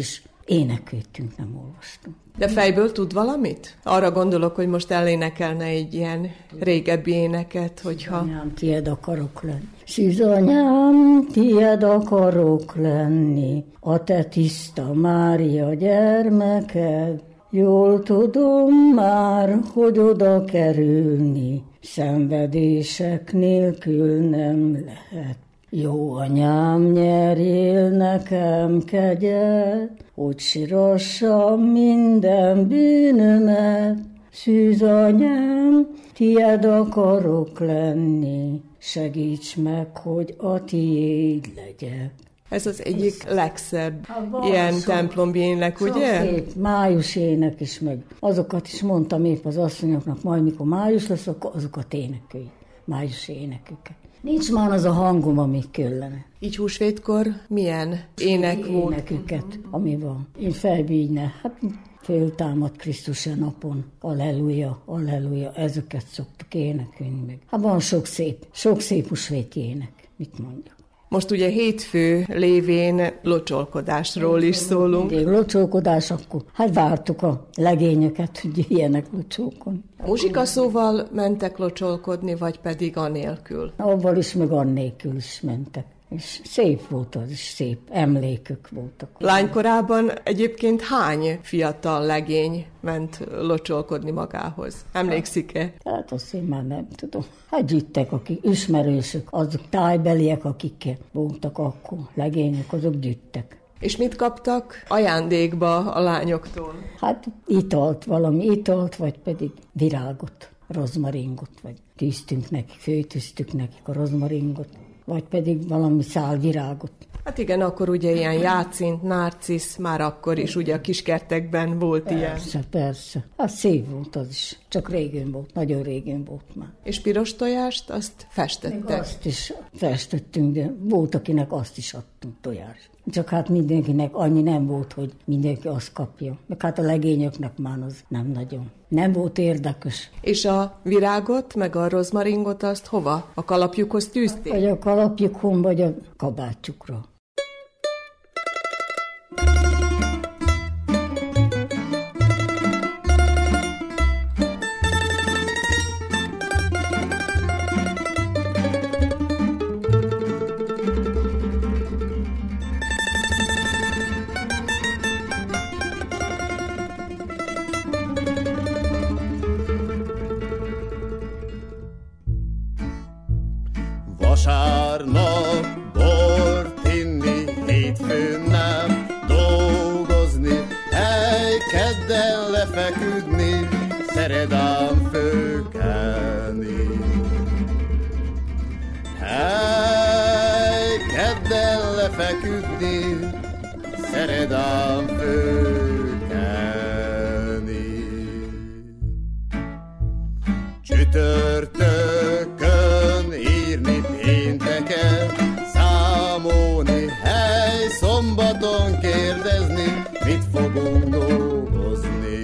I: énekeltünk, nem olvastunk.
B: De fejből tud valamit? Arra gondolok, hogy most elénekelne egy ilyen régebbi éneket, hogyha...
I: Anyám, tied akarok lenni. Szűzanyám, tied akarok lenni, a te tiszta Mária gyermeked. Jól tudom már, hogy oda kerülni, szenvedések nélkül nem lehet. Jó anyám, nyerjél nekem kegyet, hogy sírassam minden bűnömet. Szűz anyám, tied akarok lenni, segíts meg, hogy a tiéd legyek.
B: Ez az egyik legszebb ilyen templombi ének, ugye?
I: Szép május ének is, meg azokat is mondtam épp az asszonyoknak, majd mikor május lesz, akkor azokat énekelj, május éneküket. Nincs már az a hangom, ami kellene.
B: Így húsvétkor milyen ének volt?
I: Éneküket, ami van. Én felbígyne, hát föltámad Krisztus a napon, alleluja, alleluja, ezeket szoktuk énekelni meg. Hát van sok szép, sok szép húsvéti ének, mit mondjak.
B: Most ugye hétfő lévén locsolkodásról is szólunk.
I: Mindig locsolkodás, akkor hát vártuk a legényeket, hogy ilyenek locsolkodni.
B: Muzsikaszóval mentek locsolkodni, vagy pedig anélkül?
I: Avval is, meg annélkül is mentek. És szép volt az is, szép emlékök voltak.
B: Lánykorában egyébként hány fiatal legény ment locsolkodni magához? Emlékszik-e?
I: Hát azt én már nem tudom. Hát gyűjtek, akik ismerősök, azok tájbeliek, akik voltak akkor, legények, azok gyűjtek.
B: És mit kaptak ajándékba a lányoktól?
I: Hát italt, valami italt, vagy pedig virágot, rozmaringot, vagy tűztünk nekik, főtűztük nekik a rozmaringot, vagy pedig valami szál virágot.
B: Hát igen, akkor ugye ilyen jácint, narcisz, már akkor is ugye a kiskertekben volt
I: persze,
B: ilyen.
I: Persze, persze. Hát szép volt az is. Csak régen volt, nagyon régen volt már.
B: És piros tojást, azt festettek?
I: Még azt is festettünk, de volt, akinek azt is adtunk tojást. Csak hát mindenkinek annyi nem volt, hogy mindenki azt kapja. Meg hát a legényöknek már az nem nagyon. Nem volt érdekes.
B: És a virágot, meg a rozmaringot azt hova? A kalapjukhoz tűzték?
I: Vagy a kalapjukon, vagy a kabátjukra.
C: Vasárnap bort inni, hétfőn nem dolgozni, hely kedden lefeküdni, szeredám főkelni. Hely kedden lefeküdni, szeredám főkelni. Csütörtökön írni, pénteken számolni, hely szombaton kérdezni, mit fogunk dolgozni.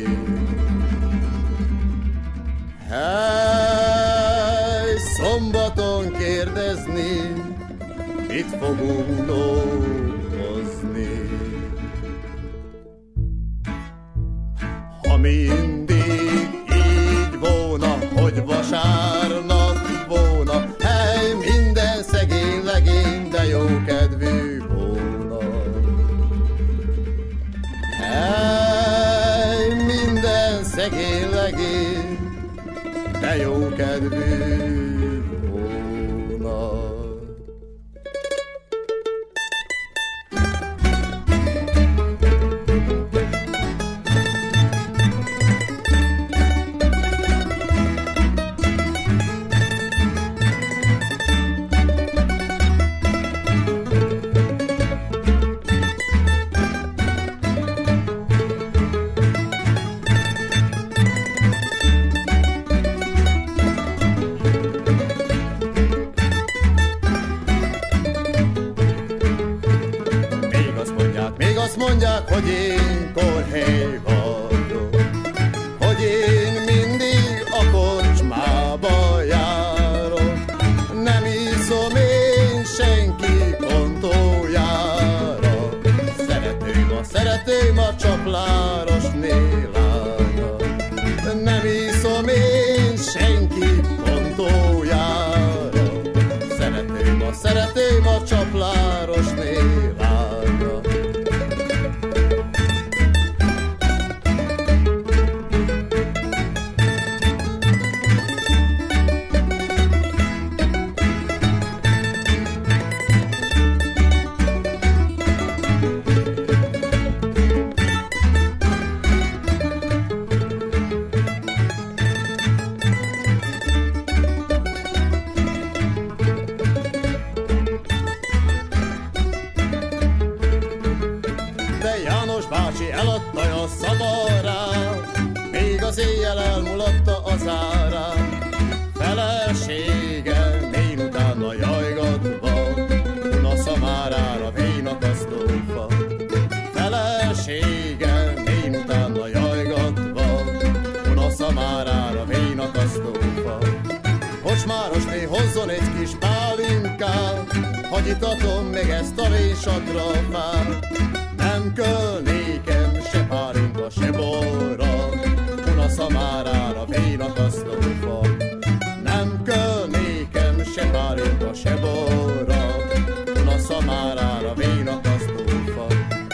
C: Hely szombaton kérdezni, mit fogunk dolgozni. Ha mindig így volna, hogy vasárnap volna, hely minden szegény legény, de jó kedvű volna. Hely minden szegény legény, de jó kedvű volna. Azt mondják, hogy én korhely vagyok, hogy én mindig a kocsmába járok. Nem iszom én senki kontójára, szeretőm a szeretőm a Jánosné várja. Hozzon egy kis pálinkát, hogy itatom meg ezt a résatrafát. Nem köl nékem se pálinka, se borra, Una szamárára vénakasztófa. Nem köl nékem se pálinka, se borra, Una szamárára vénakasztófa.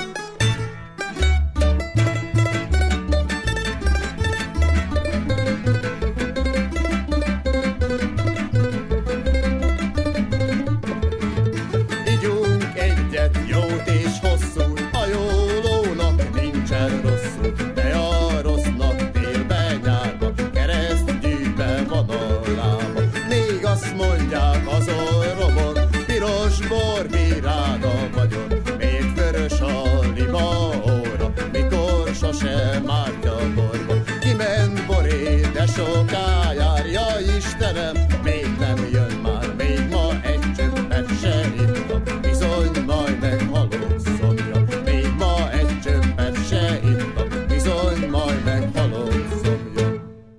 C: Soká jár, ja Istenem, még nem jön már, még ma egy csöppet se ittam, bizony majd meghalok szomja. Még ma egy csöppet se ittam, bizony majd meghalok szomja.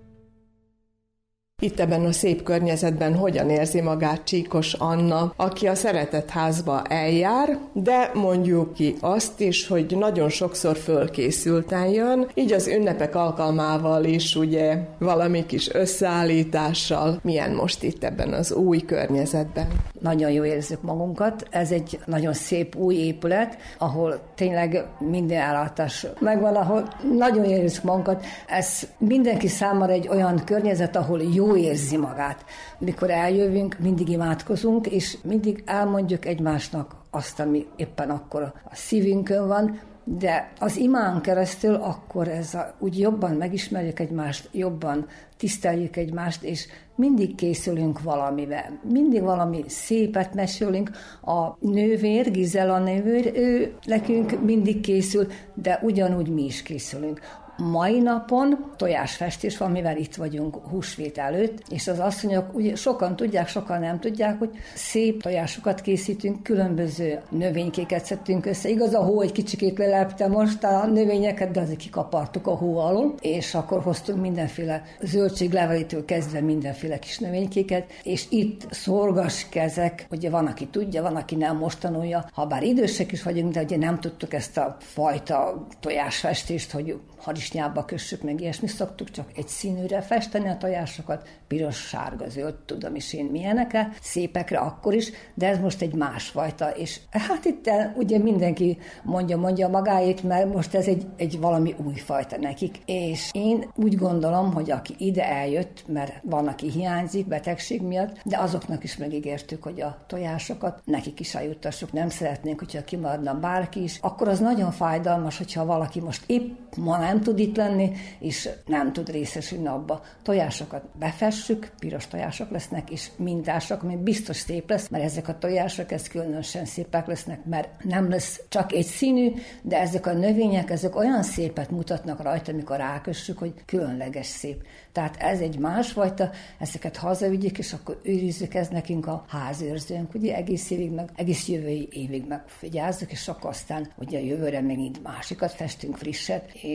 B: Itt ebben a szép környezetben hogyan érzi magát Csíkos Anna, aki a szeretetházba eljár, de mondjuk ki azt is, hogy nagyon sokszor fölkészülten jön, így az ünnepek alkalmával is ugye valami kis összeállítással. Milyen most itt ebben az új környezetben?
J: Nagyon jól érzük magunkat. Ez egy nagyon szép új épület, ahol tényleg minden ellátás megvan, ahol nagyon jól érzük magunkat. Ez mindenki számára egy olyan környezet, ahol jó érzi magát. Mikor eljövünk, mindig imádkozunk, és mindig elmondjuk egymásnak azt, ami éppen akkor a szívünkön van, de az imán keresztül akkor ez a, úgy jobban megismerjük egymást, jobban tiszteljük egymást, és mindig készülünk valamivel. Mindig valami szépet mesélünk. A nővér, Gizela nővér, ő nekünk mindig készül, de ugyanúgy mi is készülünk. Mai napon tojásfestés van, mivel itt vagyunk húsvét előtt, és az asszonyok, ugye sokan tudják, sokan nem tudják, hogy szép tojásokat készítünk, különböző növénykéket szedtünk össze. Igaz, a hó egy kicsikét lelepte most a növényeket, de azért kikapartuk a hó alól, és akkor hoztunk mindenféle zöldséglevelitől kezdve mindenféle kis növénykéket, és itt szorgaskezek, ugye van, aki tudja, van, aki nem most tanulja, ha bár idősek is vagyunk, de ugye nem tudtuk ezt a fajta tojásfestést, hogy harisnyába kössük, meg ilyesmi, szoktuk csak egy színűre festeni a tojásokat, piros, sárga, zöld, tudom is én milyenekre, szépekre akkor is, de ez most egy másfajta, és hát itt ugye mindenki mondja, mondja magáét, mert most ez egy, egy valami újfajta nekik, és én úgy gondolom, hogy aki ide eljött, mert van, aki hiányzik betegség miatt, de azoknak is megígértük, hogy a tojásokat nekik is eljuttassuk, nem szeretnénk, hogyha kimaradna bárki is, akkor az nagyon fájdalmas, hogyha valaki most épp ma nem tud itt lenni, és nem tud részesülni abba. Tojásokat befessük, piros tojások lesznek, és mintások, ami biztos szép lesz, mert ezek a tojások, ez különösen szépek lesznek, mert nem lesz csak egy színű, de ezek a növények, ezek olyan szépet mutatnak rajta, amikor rákössük, hogy különleges szép. Tehát ez egy másfajta, ezeket hazavigyük, és akkor őrizzük, ez nekünk a házőrzőnk, ugye egész évig, meg egész jövő évig megfigyázzuk, és akkor aztán ugye a jövőre megint másikat festünk, frisset, és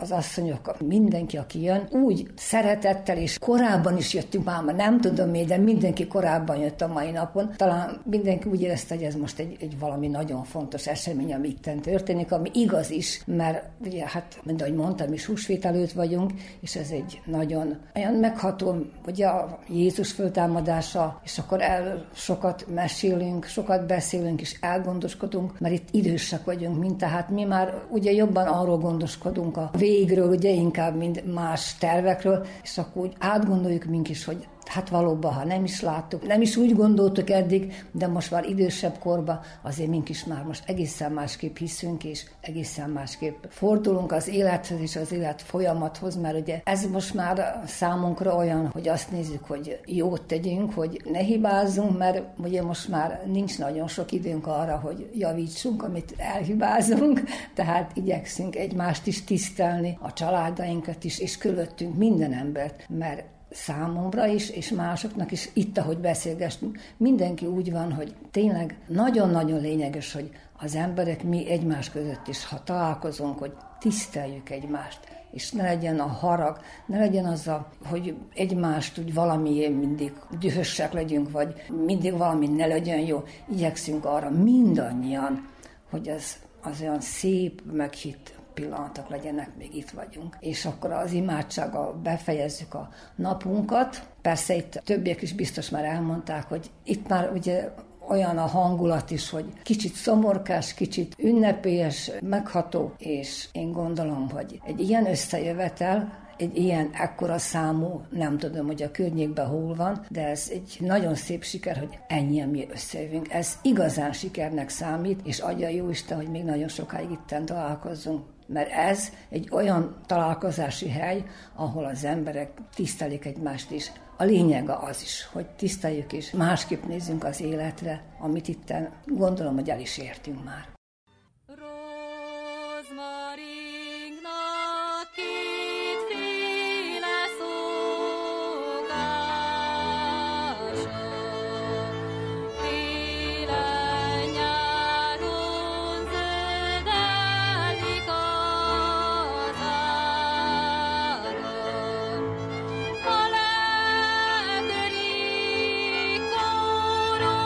J: az asszonyok, mindenki, aki jön, úgy szeretettel, és korábban is jöttünk már, már nem tudom még, de mindenki korábban jött a mai napon. Talán mindenki úgy érezte, hogy ez most egy, egy valami nagyon fontos esemény, ami itten történik, ami igaz is, mert ugye, hát, mint ahogy mondtam, is húsvét előtt vagyunk, és ez egy nagyon olyan megható, ugye a Jézus föltámadása, és akkor el sokat mesélünk, sokat beszélünk, és elgondoskodunk, mert itt idősek vagyunk, mint tehát mi már ugye jobban arról gondoskodunk a végről, ugye inkább, mint más tervekről, és akkor úgy átgondoljuk mink is, hogy hát valóban, ha nem is láttuk, nem is úgy gondoltuk eddig, de most már idősebb korban azért mink is már most egészen másképp hiszünk, és egészen másképp fordulunk az élethez és az élet folyamathoz, mert ugye ez most már számunkra olyan, hogy azt nézzük, hogy jót tegyünk, hogy ne hibázzunk, mert ugye most már nincs nagyon sok időnk arra, hogy javítsunk, amit elhibázunk, tehát igyekszünk egymást is tisztelni, a családainkat is, és körülöttünk minden embert, mert számomra is, és másoknak is, itt, ahogy beszélgessünk, mindenki úgy van, hogy tényleg nagyon-nagyon lényeges, hogy az emberek mi egymás között is, ha találkozunk, hogy tiszteljük egymást, és ne legyen a harag, ne legyen az, a, hogy egymást úgy valamiért mindig dühösek legyünk, vagy mindig valami ne legyen jó. Igyekszünk arra mindannyian, hogy az, az olyan szép, meghitt pillanatok legyenek, még itt vagyunk. És akkor az imádsággal befejezzük a napunkat. Persze itt többiek is biztos már elmondták, hogy itt már ugye olyan a hangulat is, hogy kicsit szomorkás, kicsit ünnepélyes, megható, és én gondolom, hogy egy ilyen összejövetel, egy ilyen ekkora számú, nem tudom, hogy a környékben hol van, de ez egy nagyon szép siker, hogy ennyien mi összejövünk. Ez igazán sikernek számít, és adja Jóisten, hogy még nagyon sokáig itten találkozzunk. Mert ez egy olyan találkozási hely, ahol az emberek tisztelik egymást is. A lényege az is, hogy tiszteljük és másképp nézzünk az életre, amit itten gondolom, hogy el is értünk már.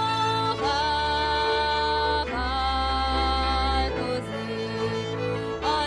K: Oh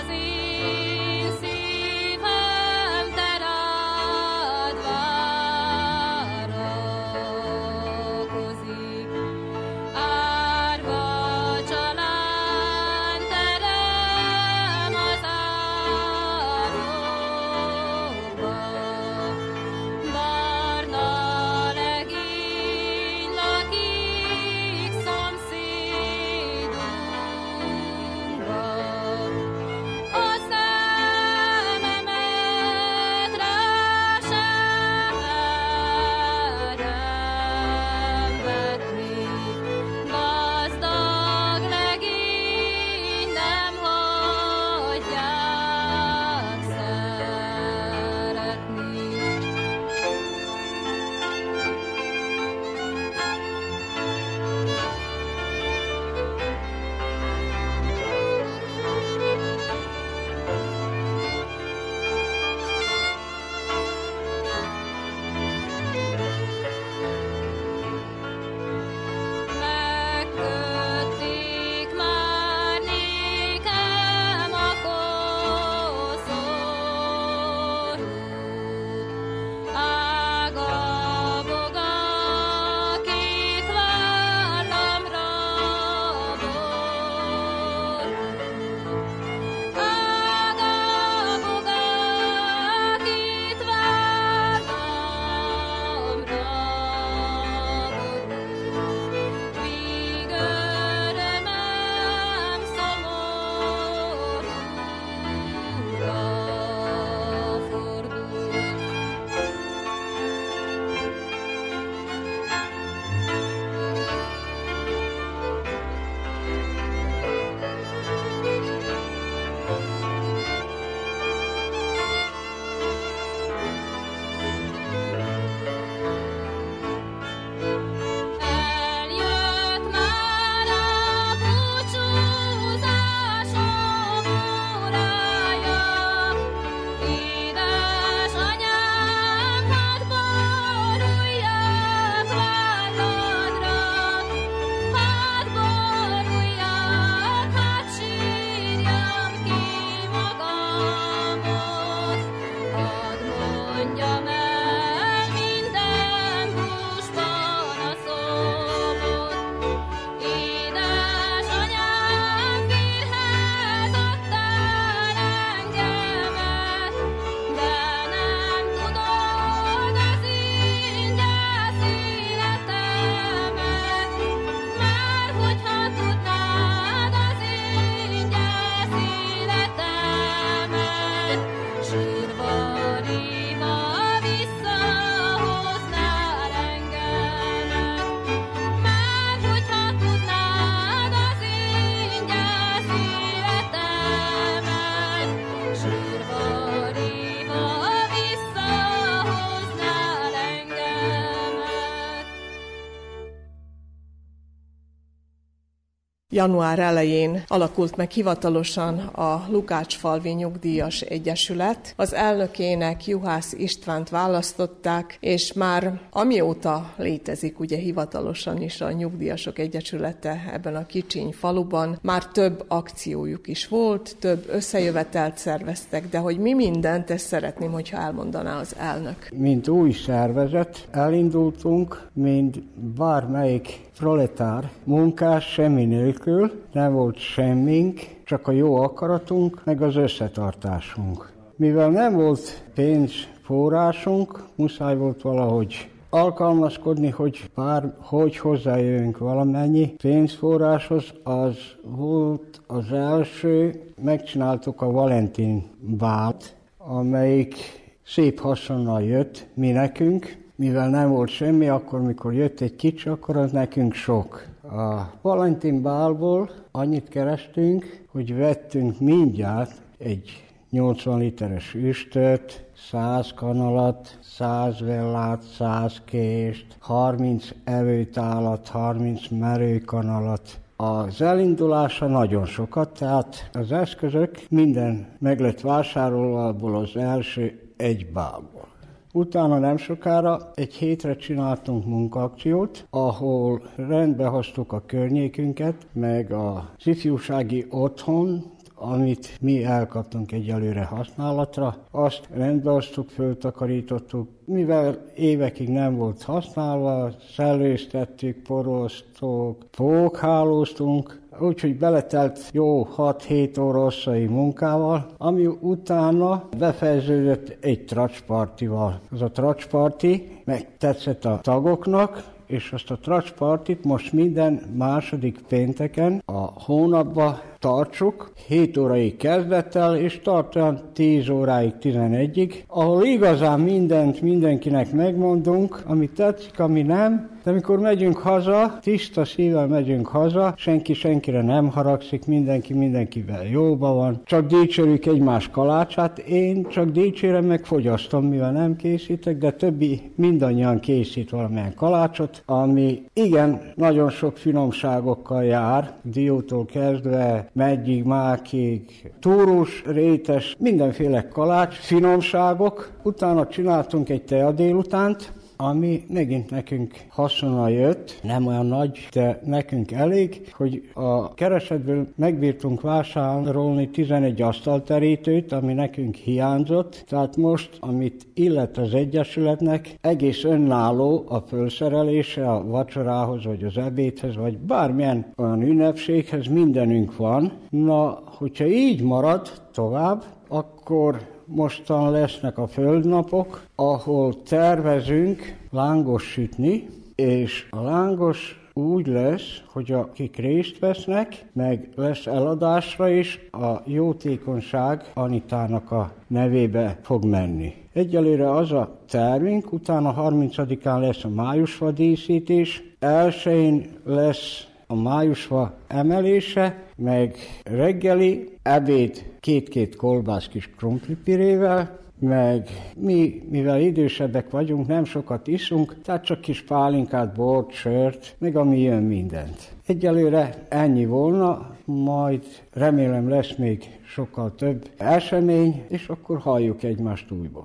B: Január elején alakult meg hivatalosan a Lukácsfalvi Nyugdíjas Egyesület. Az elnökének Juhász Istvánt választották, és már amióta létezik ugye hivatalosan is a Nyugdíjasok Egyesülete ebben a kicsiny faluban, már több akciójuk is volt, több összejövetelt szerveztek, de hogy mi mindent, ezt szeretném, hogyha elmondaná az elnök.
K: Mint új szervezet elindultunk, mint bármelyik proletár munkás, semmi nélkül, nem volt semmink, csak a jó akaratunk, meg az összetartásunk. Mivel nem volt pénzforrásunk, muszáj volt valahogy alkalmazkodni, hogy bár hogy hozzájövünk valamennyi pénzforráshoz, az volt az első, megcsináltuk a Valentin bált, amelyik szép haszonnal jött mi nekünk. Mivel nem volt semmi, akkor mikor jött egy kicsi, akkor az nekünk sok. A Valentin bálból annyit kerestünk, hogy vettünk mindjárt egy nyolcvan literes üstöt, száz kanalat, száz vellát, száz kést, harminc evőtálat, harminc merőkanalat. Az elindulása nagyon sokat, tehát az eszközök minden meg lett vásárolva abból az első egy bálból. Utána nem sokára egy hétre csináltunk munkaakciót, ahol rendbe hoztuk a környékünket, meg az ifjúsági otthon, amit mi elkaptunk egyelőre használatra, azt rendbehoztuk, föltakarítottuk, mivel évekig nem volt használva, szellőztettük, poroztuk, pókhálóztunk, úgyhogy beletelt jó hat-hét óra osszai munkával, ami utána befejeződött egy tracspartival. Az a tracsparti megtetszett a tagoknak, és azt a tracspartit most minden második pénteken a hónapban tartsuk, hét óraig kezdettel, és tart olyan tíz óráig, tizenegyig, ahol igazán mindent mindenkinek megmondunk, ami tetszik, ami nem, de amikor megyünk haza, tiszta szívvel megyünk haza, senki senkire nem haragszik, mindenki mindenkivel jóban van, csak dicsérjük egymás kalácsát, én csak dicsérem, meg fogyasztom, mivel nem készítek, de többi mindannyian készít valamilyen kalácsot, ami igen, nagyon sok finomságokkal jár, diótól kezdve, medgyig, mákig, túrus, rétes, mindenféle kalács, finomságok. Utána csináltunk egy tea délutánt, ami megint nekünk haszonnal jött, nem olyan nagy, de nekünk elég, hogy a keresetből megbírtunk vásárolni tizenegy asztalterítőt, ami nekünk hiányzott, tehát most, amit illet az Egyesületnek, egész önálló a fölszerelése a vacsorához, vagy az ebédhez, vagy bármilyen olyan ünnepséghez, mindenünk van. Na, hogyha így marad tovább, akkor mostan lesznek a földnapok, ahol tervezünk lángos sütni, és a lángos úgy lesz, hogy akik részt vesznek, meg lesz eladásra is, a jótékonyság Anitának a nevébe fog menni. Egyelőre az a tervünk, utána harmincadikán lesz a májusfa díszítés, elsőjén lesz a májusfa emelése, meg reggeli, ebéd két-két kolbász kis krumplipirével, meg mi, mivel idősebbek vagyunk, nem sokat iszunk, tehát csak kis pálinkát, bort, sört, meg ami jön mindent. Egyelőre ennyi volna, majd remélem lesz még sokkal több esemény, és akkor halljuk egymást újból.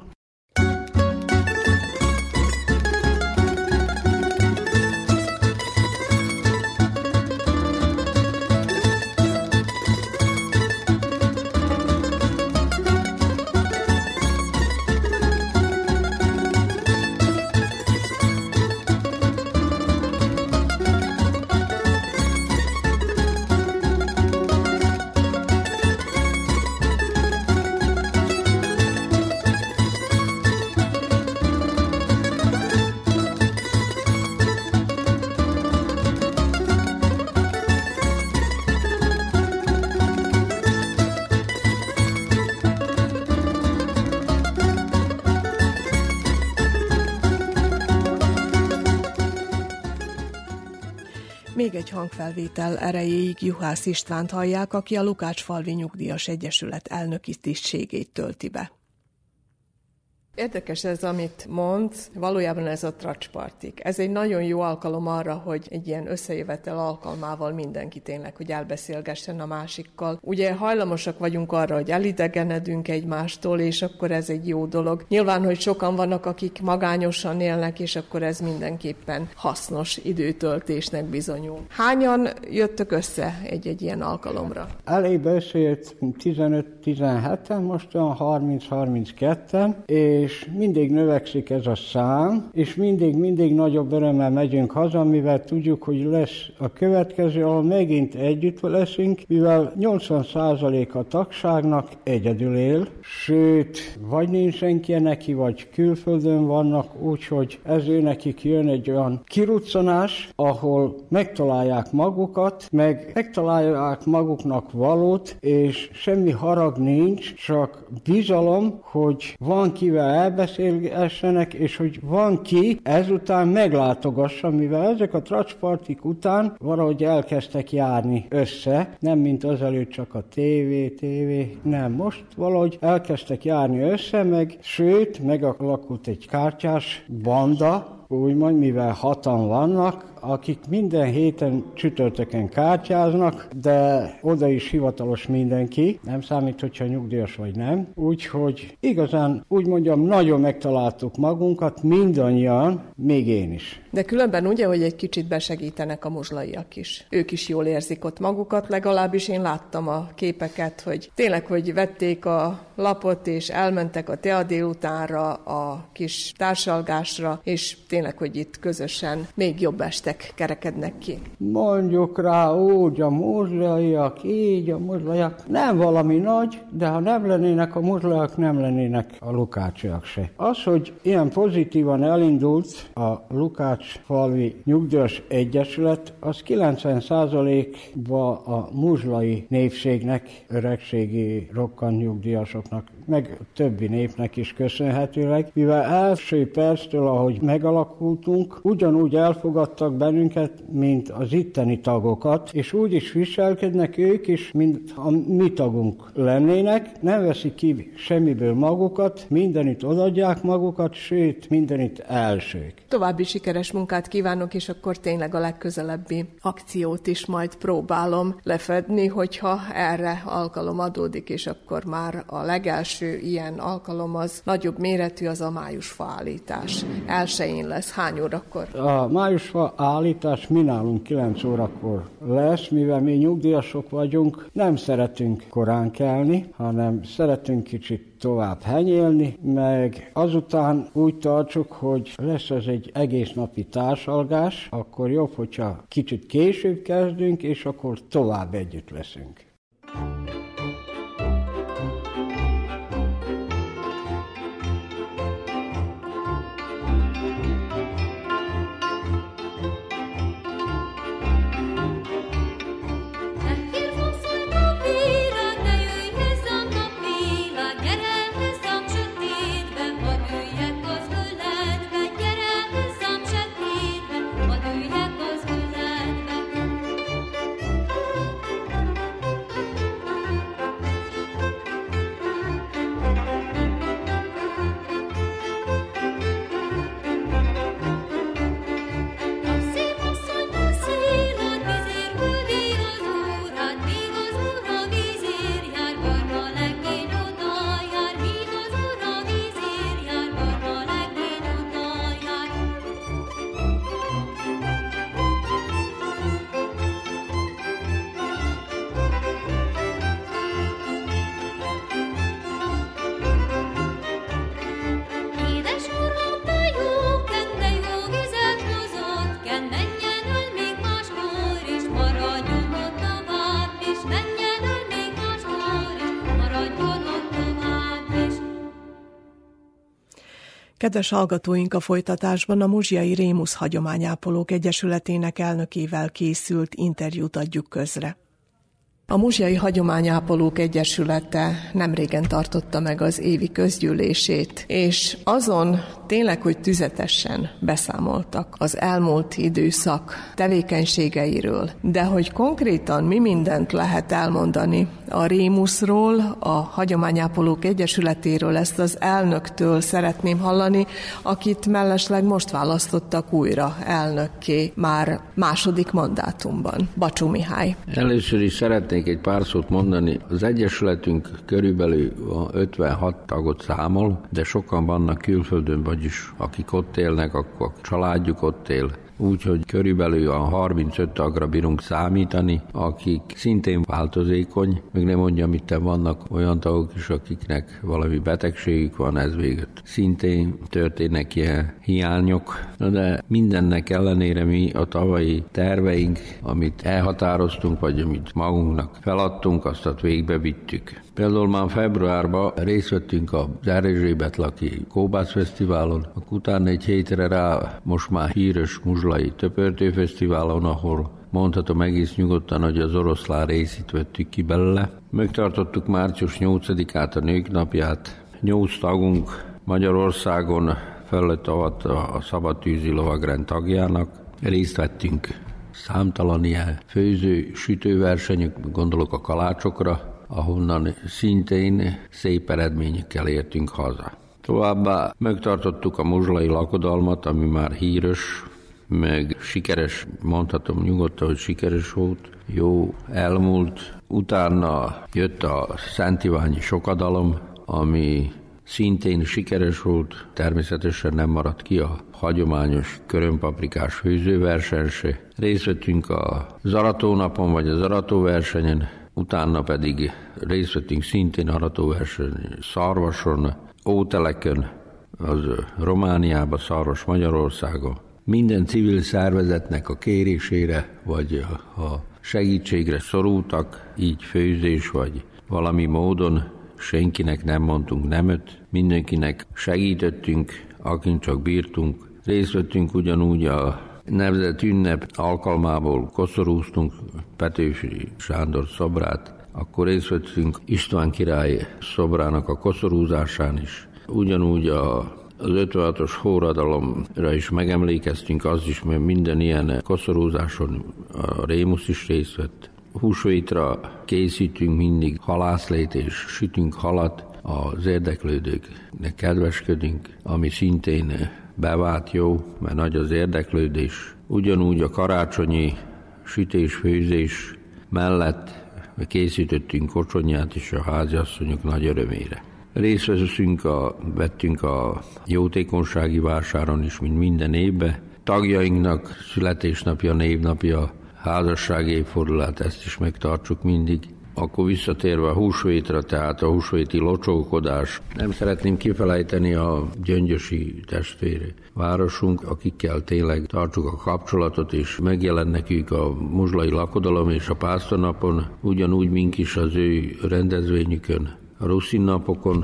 B: Még egy hangfelvétel erejéig Juhász Istvánt hallják, aki a Lukácsfalvi Nyugdíjas Egyesület elnöki tisztségét tölti be. Érdekes ez, amit mondsz, valójában ez a tracspartik. Ez egy nagyon jó alkalom arra, hogy egy ilyen összejövetel alkalmával mindenki tényleg, hogy elbeszélgessen a másikkal. Ugye hajlamosak vagyunk arra, hogy elidegenedünk egymástól, és akkor ez egy jó dolog. Nyilván, hogy sokan vannak, akik magányosan élnek, és akkor ez mindenképpen hasznos időtöltésnek bizonyul. Hányan jöttök össze egy-egy ilyen alkalomra?
K: Elébe összejöttünk tizenöt-tizenheten, most olyan harminc-harmincketten, és mindig növekszik ez a szám, és mindig-mindig nagyobb örömmel megyünk haza, mivel tudjuk, hogy lesz a következő, ahol megint együtt leszünk, mivel nyolcvan százalék a tagságnak egyedül él, sőt, vagy nincs senki neki, vagy külföldön vannak, úgyhogy ez ő nekik jön egy olyan kiruccanás, ahol megtalálják magukat, meg megtalálják maguknak valót, és semmi harag nincs, csak bizalom, hogy van kivel elbeszélgessenek, és hogy van ki ezután meglátogassa, mivel ezek a tracspartik után valahogy elkezdtek járni össze, nem mint azelőtt csak a tévé, tévé, nem, most valahogy elkezdtek járni össze, meg sőt, megalakult egy kártyás banda, úgymond, mivel hatan vannak, akik minden héten csütörtökön kártyáznak, de oda is hivatalos mindenki, nem számít, hogyha nyugdíjas vagy nem. Úgyhogy igazán, úgy mondjam, nagyon megtaláltuk magunkat, mindannyian, még én is.
B: De különben ugye, hogy egy kicsit besegítenek a muzslaiak is. Ők is jól érzik ott magukat, legalábbis én láttam a képeket, hogy tényleg, hogy vették a lapot, és elmentek a tea délutánra, a kis társalgásra, és tényleg, hogy itt közösen még jobb estek kerekednek ki.
K: Mondjuk rá úgy, a muzslaiak, így a muzslaiak, nem valami nagy, de ha nem lennének a muzslaiak, nem lennének a lukácsiak se. Az, hogy ilyen pozitívan elindult a Lukács-falvi Nyugdíjas Egyesület, az kilencven százalékban a muzslai népségnek, öregségi rokkan nyugdíjasoknak, meg többi népnek is köszönhetőleg, mivel első perctől, ahogy megalakultunk, ugyanúgy elfogadtak bennünket, mint az itteni tagokat, és úgy is viselkednek ők is, mint a mi tagunk lennének, nem veszik ki semmiből magukat, mindenütt odaadják magukat, sőt, mindenütt elsők.
B: További sikeres munkát kívánok, és akkor tényleg a legközelebbi akciót is majd próbálom lefedni, hogyha erre alkalom adódik, és akkor már a legelső ilyen alkalom az nagyobb méretű, az a májusfa állítás. Elsején lesz. Hány órakor?
K: A májusfa állítás mi nálunk kilenc órakor lesz, mivel mi nyugdíjasok vagyunk, nem szeretünk korán kelni, hanem szeretünk kicsit tovább henyélni, meg azután úgy tartsuk, hogy lesz ez egy egész napi társalgás, akkor jobb, hogyha kicsit később kezdünk, és akkor tovább együtt leszünk.
B: Kedves hallgatóink, a folytatásban a Muzsiai Rémusz Hagyományápolók Egyesületének elnökével készült interjút adjuk közre. A Muzsjai Hagyományápolók Egyesülete nemrégen tartotta meg az évi közgyűlését, és azon tényleg, hogy tüzetesen beszámoltak az elmúlt időszak tevékenységeiről, de hogy konkrétan mi mindent lehet elmondani a Rémuszról, a Hagyományápolók Egyesületéről, ezt az elnöktől szeretném hallani, akit mellesleg most választottak újra elnökké már második mandátumban. Bacsó Mihály.
L: Először is szeretnék egy pár szót mondani. Az Egyesületünk körülbelül ötvenhat tagot számol, de sokan vannak külföldön, vagyis akik ott élnek, akkor a családjuk ott él. Úgyhogy körülbelül a harmincöt tagra bírunk számítani, akik szintén változékony, meg nem mondjam, itt vannak olyan tagok is, akiknek valami betegségük van, ez végött. Szintén történnek ilyen hiányok, de mindennek ellenére mi a tavalyi terveink, amit elhatároztunk, vagy amit magunknak feladtunk, azt végbe vittük. Például már februárban részt vettünk az Erzsébet-laki Kóbászfesztiválon, utána egy hétre rá most már híres Muzslai Töpörtőfesztiválon, ahol mondhatom egész nyugodtan, hogy az oroszlán részét vettük ki belőle. Megtartottuk március nyolcadikát a Nők napját. Nyolc tagunk Magyarországon fel lett avatta a szabadtűzi lovagrend tagjának. Részt vettünk számtalan ilyen főző, sütőversenyek, gondolok a kalácsokra, ahonnan szintén szép eredményekkel értünk haza. Továbbá megtartottuk a muzslai lakodalmat, ami már híres, meg sikeres, mondhatom nyugodtan, hogy sikeres volt, jó elmúlt. Utána jött a Szent Iványi Sokadalom, ami szintén sikeres volt, természetesen nem maradt ki a hagyományos körömpaprikás főzőverseny se. Részt vettünk a Zaratónapon vagy a Zaratóversenyen, utána pedig részt vettünk szintén aratóversenyen, Szarvason, Óteleken, az Romániában, Szarvas Magyarországon. Minden civil szervezetnek a kérésére, vagy a segítségre szorultak, így főzés, vagy valami módon senkinek nem mondtunk nemet, mindenkinek segítettünk, akin csak bírtunk. Részt vettünk ugyanúgy a nemzet ünnep alkalmából, koszorúztunk Petőfi Sándor szobrát, akkor részt vettünk István király szobrának a koszorúzásán is. Ugyanúgy a Az ötvenhatos forradalomra is megemlékeztünk, az is, mert minden ilyen koszorúzáson a Rémusz is részt vett. Húsvétra készítünk mindig halászlét és sütünk halat, az érdeklődőknek kedveskedünk, ami szintén bevált jó, mert nagy az érdeklődés. Ugyanúgy a karácsonyi sütés-főzés mellett készítettünk kocsonyát is a háziasszonyok nagy örömére. Részt veszünk a, vettünk a jótékonysági vásáron is, mint minden évben. Tagjainknak születésnapja, névnapja, házassági évfordulát, ezt is megtartsuk mindig. Akkor visszatérve a húsvétra, tehát a húsvéti locsókodás. Nem szeretném kifelejteni a gyöngyösi testvére városunk, akikkel tényleg tartsuk a kapcsolatot, és megjelent nekük a muzslai lakodalom és a pásztornapon, ugyanúgy mink is az ő rendezvényükön, a Ruszin napokon,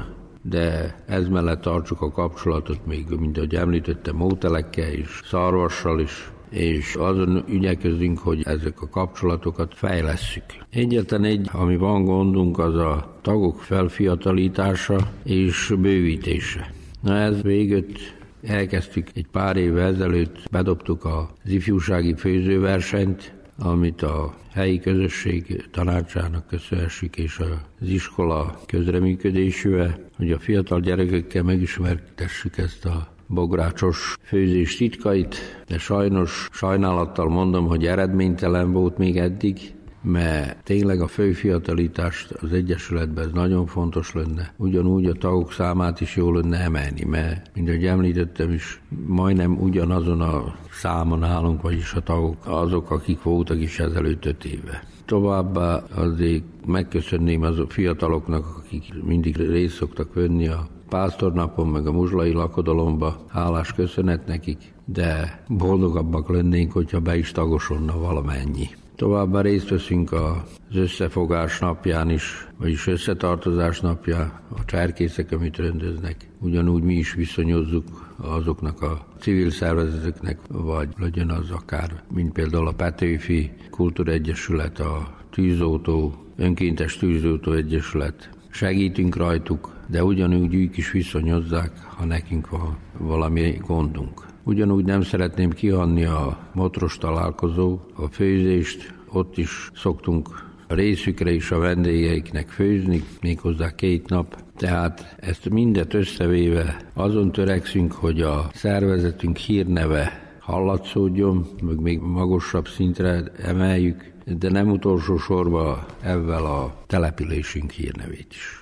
L: de ez mellett tartsuk a kapcsolatot még, mint ahogy említettem, Ótelekkel és Szarvassal is, és azon ügyekezünk, hogy ezek a kapcsolatokat fejlesszük. Egyetlen egy, ami van gondunk, az a tagok felfiatalítása és bővítése. Na ez végött, elkezdtük egy pár évvel ezelőtt, bedobtuk az ifjúsági főzőversenyt, amit a helyi közösség tanácsának köszönhessük, és az iskola közreműködésével, hogy a fiatal gyerekekkel megismertessük ezt a bográcsos főzés titkait, de sajnos sajnálattal mondom, hogy eredménytelen volt még eddig, mert tényleg a főfiatalítást az Egyesületben ez nagyon fontos lenne. Ugyanúgy a tagok számát is jól lenne emelni, mert, mint ahogy említettem is, majdnem ugyanazon a számon állunk, vagyis a tagok azok, akik voltak is ezelőtt öt éve. Továbbá azért megköszönném azok fiataloknak, akik mindig részt szoktak venni a pásztornapon, meg a muzslai lakodalomba, hálás köszönet nekik, de boldogabbak lennénk, hogyha be is tagosonna valamennyi. Továbbá részt veszünk az összefogás napján is, vagyis összetartozás napján, a cserkészek, amit rendeznek. Ugyanúgy mi is viszonyozzuk azoknak a civil szervezeteknek, vagy legyen az akár, mint például a Petőfi Kultúregyesület, a Tűzoltó önkéntes tűzoltó egyesület. Segítünk rajtuk, de ugyanúgy ők is viszonyozzák, ha nekünk van valami gondunk. Ugyanúgy nem szeretném kihagyni a motros találkozó, a főzést, ott is szoktunk a részükre is a vendégeiknek főzni, méghozzá két nap. Tehát ezt mindet összevéve azon törekszünk, hogy a szervezetünk hírneve hallatszódjon, meg még magasabb szintre emeljük, de nem utolsó sorban ezzel a településünk hírnevét is.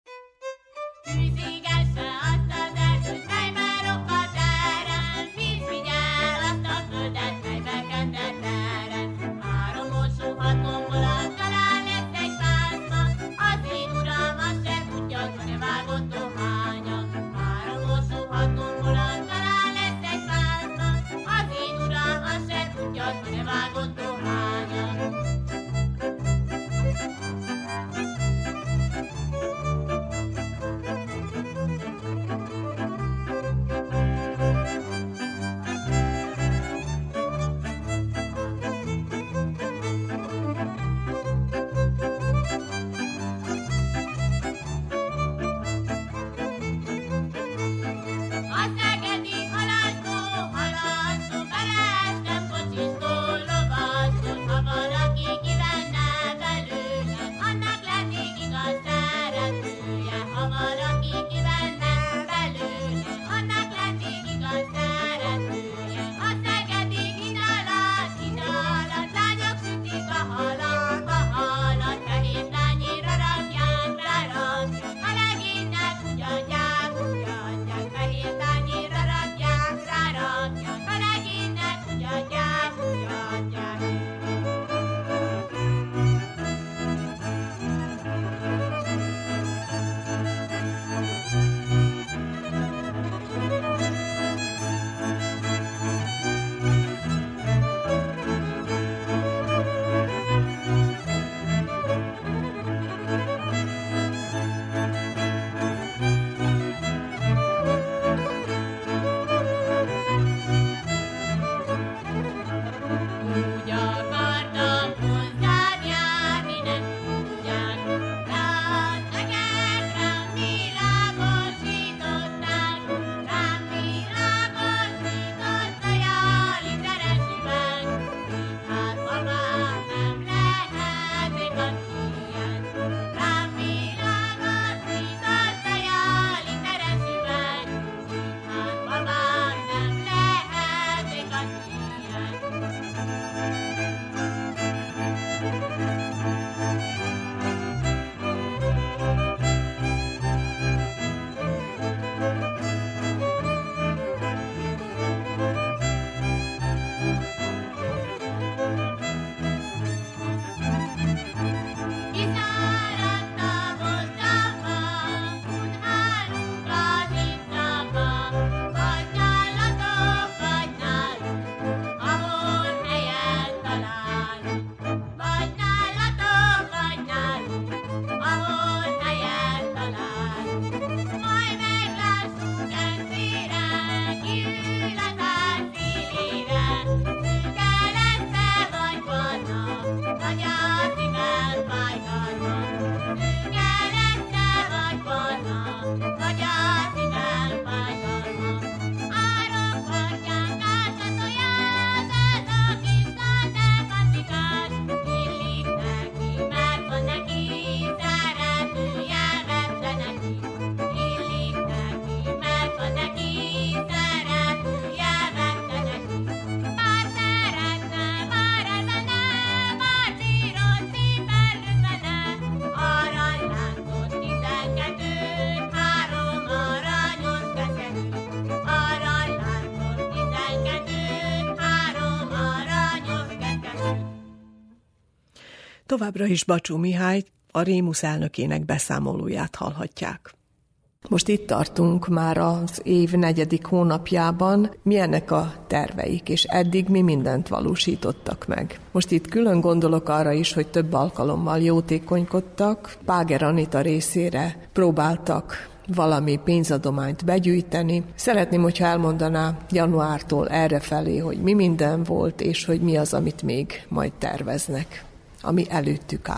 B: Továbbra is Bacsó Mihály, a Rémusz elnökének beszámolóját hallhatják. Most itt tartunk már az év negyedik hónapjában. Milyenek a terveik, és eddig mi mindent valósítottak meg? Most itt külön gondolok arra is, hogy több alkalommal jótékonykodtak. Páger Anita részére próbáltak valami pénzadományt begyűjteni. Szeretném, hogyha elmondaná januártól errefelé, hogy mi minden volt, és hogy mi az, amit még majd terveznek, ami előttük áll.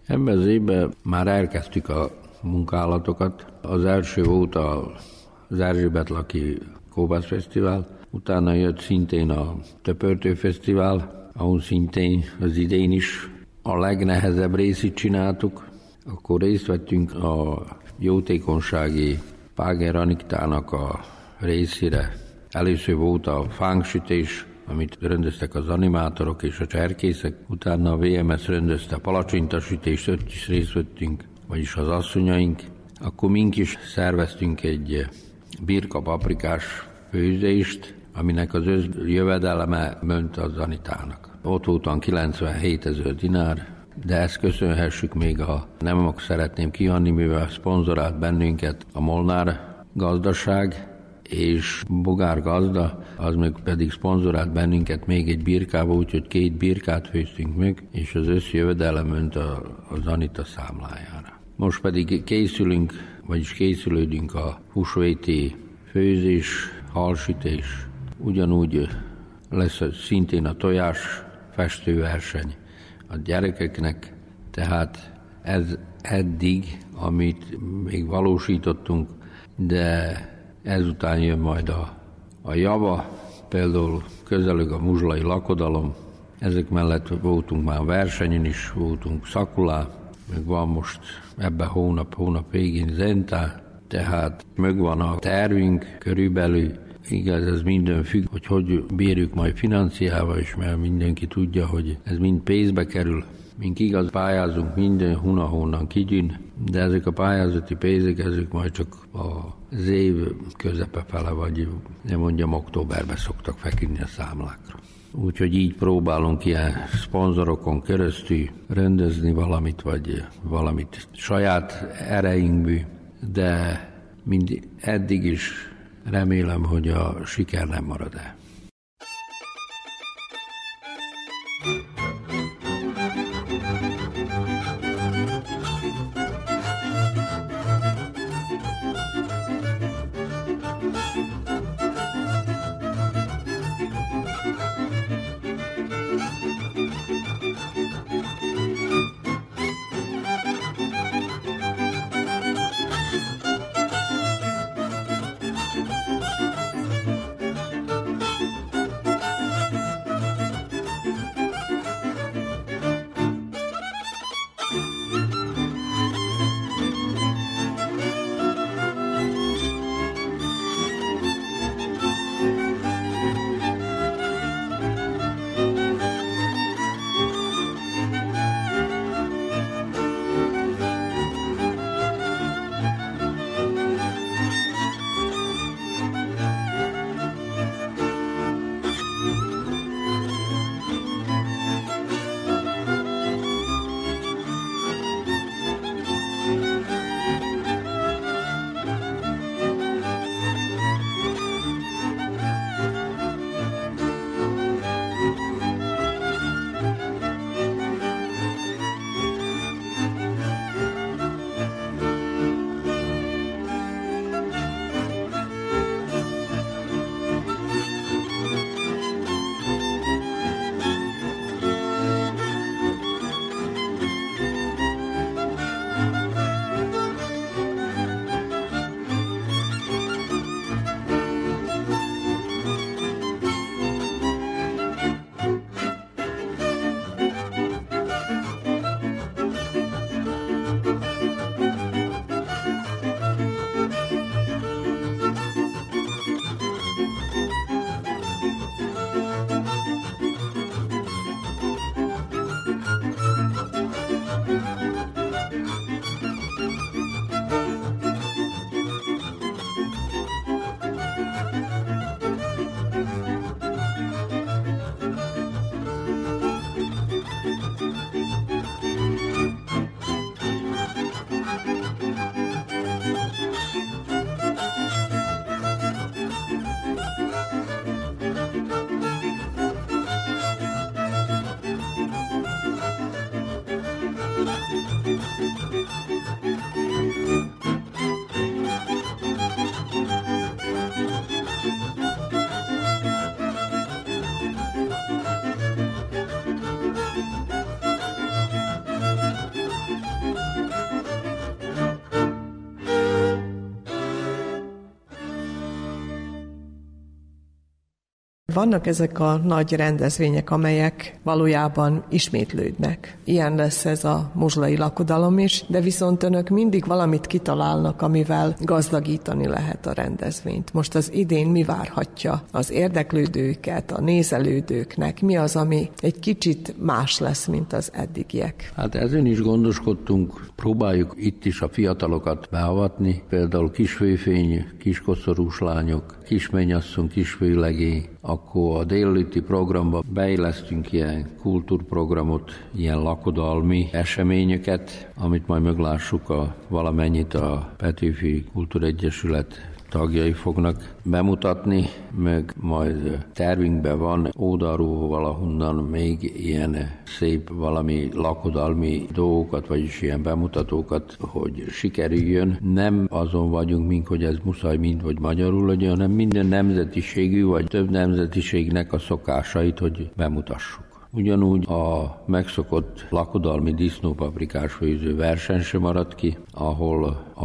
L: Ebben az évben már elkezdtük a munkálatokat. Az első volt az Erzsébetlaki Kóbász Fesztivál, utána jött szintén a Töpörtő Fesztivál, ahol szintén az idén is a legnehezebb részét csináltuk. Akkor részt vettünk a jótékonysági Páger Aniktának a részére. Először volt a fánksütés, amit rendeztek az animátorok és a cserkészek, utána a vé em es rendezte a palacsintasütést, ott is részt vettünk, vagyis az asszonyaink. Akkor mink is szerveztünk egy birka paprikás főzést, aminek az jövedelme ment az Anitának. Ott voltam kilencvenhétezer dinár, de ezt köszönhessük még a nem szeretném kihanni, mivel szponzorált bennünket a Molnár gazdaság, és Bogár gazda, az meg pedig szponzorált bennünket még egy birkával, úgyhogy két birkát főztünk meg, és az összjövedelem ment az Anita számlájára. Most pedig készülünk, vagyis készülődünk a húsvéti főzés, halsütés, ugyanúgy lesz szintén a tojás festőverseny a gyerekeknek, tehát ez eddig, amit még valósítottunk, de ezután jön majd a, a java, például közelög a muzslai lakodalom, ezek mellett voltunk már versenyen is, voltunk Szakulá, meg van most ebben hónap, hónap végén Zentá, tehát megvan a tervünk körülbelül, igaz, ez minden függ, hogy hogy bírjuk majd financiával is, mert mindenki tudja, hogy ez mind pénzbe kerül. Mink igaz, pályázunk minden hunahonnan kigyűn, de ezek a pályázati pénzek, ezek majd csak az év közepe fele, vagy nem mondjam, októberben szoktak feküdni a számlákra. Úgyhogy így próbálunk ilyen szponzorokon keresztül rendezni valamit, vagy valamit saját erejünkből, de mind eddig is remélem, hogy a siker nem marad el.
B: Vannak ezek a nagy rendezvények, amelyek valójában ismétlődnek. Ilyen lesz ez a muzslai lakodalom is, de viszont önök mindig valamit kitalálnak, amivel gazdagítani lehet a rendezvényt. Most az idén mi várhatja az érdeklődőket, a nézelődőknek? Mi az, ami egy kicsit más lesz, mint az eddigiek?
L: Hát ezen is gondoskodtunk, próbáljuk itt is a fiatalokat beavatni, például kisfőfény, kiskoszorús lányok, kismennyasszony, kisfőlegény, akkor a délelőtti programba beillesztünk ilyen kultúrprogramot, ilyen lakodalmi eseményeket, amit majd meglássuk a, valamennyit a Petőfi Kultúregyesület tagjai fognak bemutatni, meg majd tervünkben van oldalról valahonnan még ilyen szép valami lakodalmi dolgokat, vagyis ilyen bemutatókat, hogy sikerüljön. Nem azon vagyunk, mint hogy ez muszáj mind, hogy magyarul legyen, hanem minden nemzetiségű, vagy több nemzetiségnek a szokásait, hogy bemutassuk. Ugyanúgy a megszokott lakodalmi disznópaprikás főző verseny sem maradt ki, ahol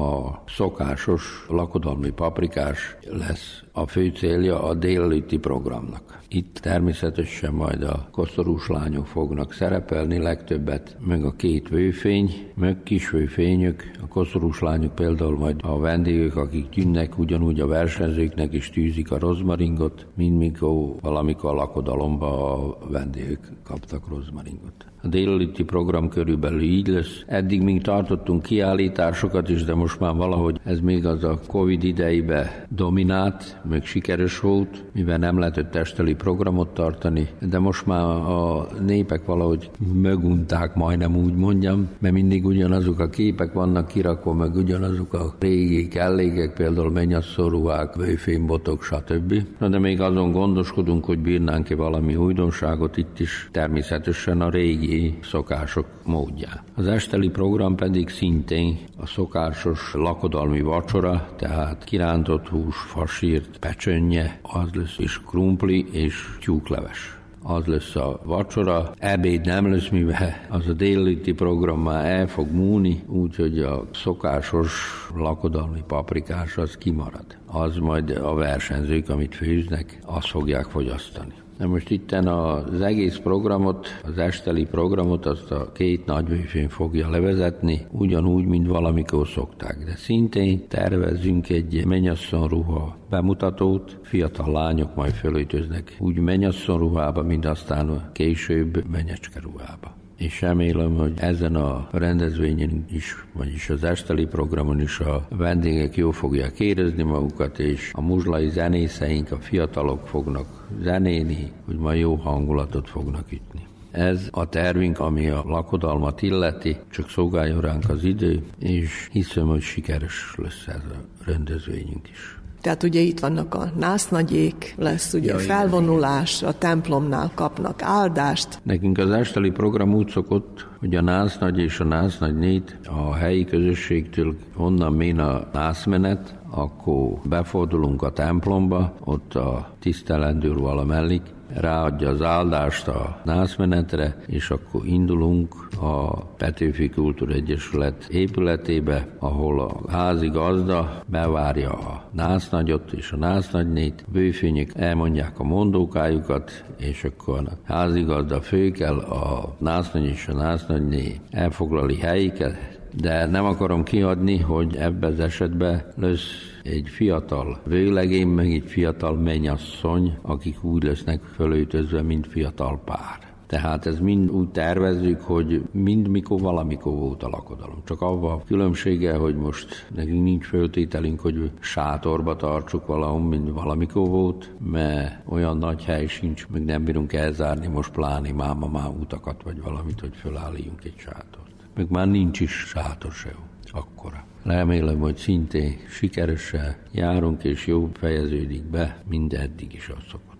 L: a szokásos lakodalmi paprikás lesz a fő célja a délelőtti programnak. Itt természetesen majd a koszorús lányok fognak szerepelni legtöbbet, meg a két vőfény, meg kis vőfényök. A koszorús lányok például majd a vendégek, akik jönnek, ugyanúgy a versenyzőknek is tűzik a rozmaringot, mint mikor valamikor a lakodalomba a vendégek kaptak rozmaringot. A délelőtti program körülbelül így lesz. Eddig még tartottunk kiállításokat is, de most már valahogy ez még az a Covid idejébe dominált, meg sikeres volt, mivel nem lehetett esteli programot tartani, de most már a népek valahogy megunták, majdnem úgy mondjam, mert mindig ugyanazok a képek vannak kirakva, meg ugyanazok a régi kellékek, például mennyasszorúák, vőfénybotok, stb. Na, de még azon gondoskodunk, hogy bírnánk-e valami újdonságot itt is, természetesen a régi szokások módján. Az esteli program pedig szintén a szokásos lakodalmi vacsora, tehát kirántott hús, fasírt, pecsönnye, az lesz, és krumpli és tyúkleves. Az lesz a vacsora. Ebéd nem lesz, mivel az a délelőtti program már el fog múlni, úgyhogy a szokásos lakodalmi paprikás az kimarad. Az majd a versenyzők, amit főznek, azt fogják fogyasztani. De most itten az egész programot, az esteli programot, azt a két nagyvőfény fogja levezetni, ugyanúgy, mint valamikor szokták. De szintén tervezzünk egy mennyasszonyruha bemutatót, fiatal lányok majd fölöltöznek úgy mennyasszonyruhába, mint aztán később menyecskeruhába. És remélem, hogy ezen a rendezvényen is, vagyis az esteli programon is a vendégek jól fogják érezni magukat, és a muzslai zenészeink, a fiatalok fognak zenéni, hogy majd jó hangulatot fognak ütni. Ez a tervünk, ami a lakodalmat illeti, csak szolgáljon ránk az idő, és hiszem, hogy sikeres lesz ez a rendezvényünk is.
B: Tehát ugye itt vannak a násznagyék, lesz ugye a felvonulás, a templomnál kapnak áldást.
L: Nekünk az esteli program úgy szokott, hogy a násznagy és a násznagynét a helyi közösségtől onnan mén a nászmenet, akkor befordulunk a templomba, ott a tisztelendő valamellik, ráadja az áldást a nászmenetre, és akkor indulunk a Petőfi Kultúregyesület épületébe, ahol a házi gazda bevárja a násznagyot és a násznagynét, bőfények elmondják a mondókájukat, és akkor a házigazda főkel, a násznagy és a násznagyné elfoglali helyiket, de nem akarom kiadni, hogy ebben az esetben lesz egy fiatal vőlegény, meg egy fiatal mennyasszony, akik úgy lesznek fölöltözve, mint fiatal pár. Tehát ez mind úgy tervezzük, hogy mind mikor valamikor volt a lakodalom. Csak avval a különbsége, hogy most nekünk nincs föltételünk, hogy sátorba tartsuk valahol, mint valamikor volt, mert olyan nagy hely sincs, meg nem bírunk elzárni most pláni máma-má utakat, vagy valamit, hogy fölálljunk egy sátort. Meg már nincs is sátor se akkora. Remélem, hogy szintén sikeresen járunk, és jó fejeződik be, mind eddig is az szokott.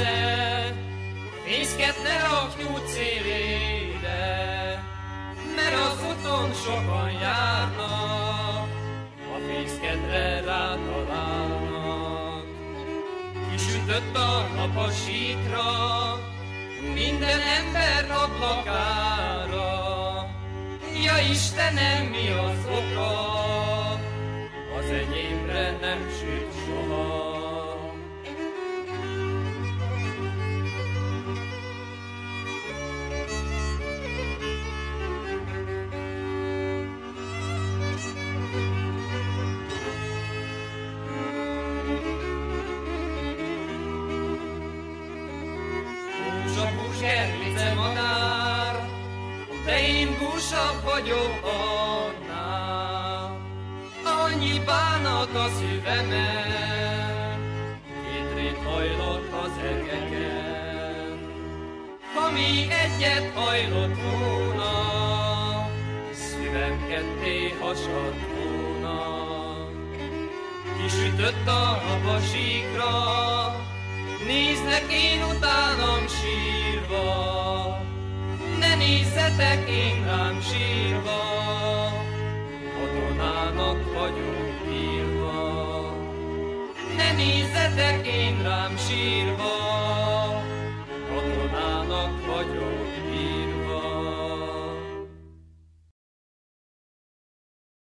M: messze, fészket ne rakj út szélére, mert az úton sokan járnak, a fészkedre rátalálnak. Kisütött a nap a síkra, minden ember ablakára. Ja Istenem, mi az oka, az enyémre nem süt soha. Gerlice madár, de én búsabb vagyok annál. Annyi bánat a szívemen, két rét hajlott az egeken. Ha még egyet hajlott volna, szívem ketté hasadt volna. Kisütött a nap a síkra, néznek én utánam sírva, ne nézzetek én rám sírva, katonának vagyok írva. Ne nézzetek én rám sírva,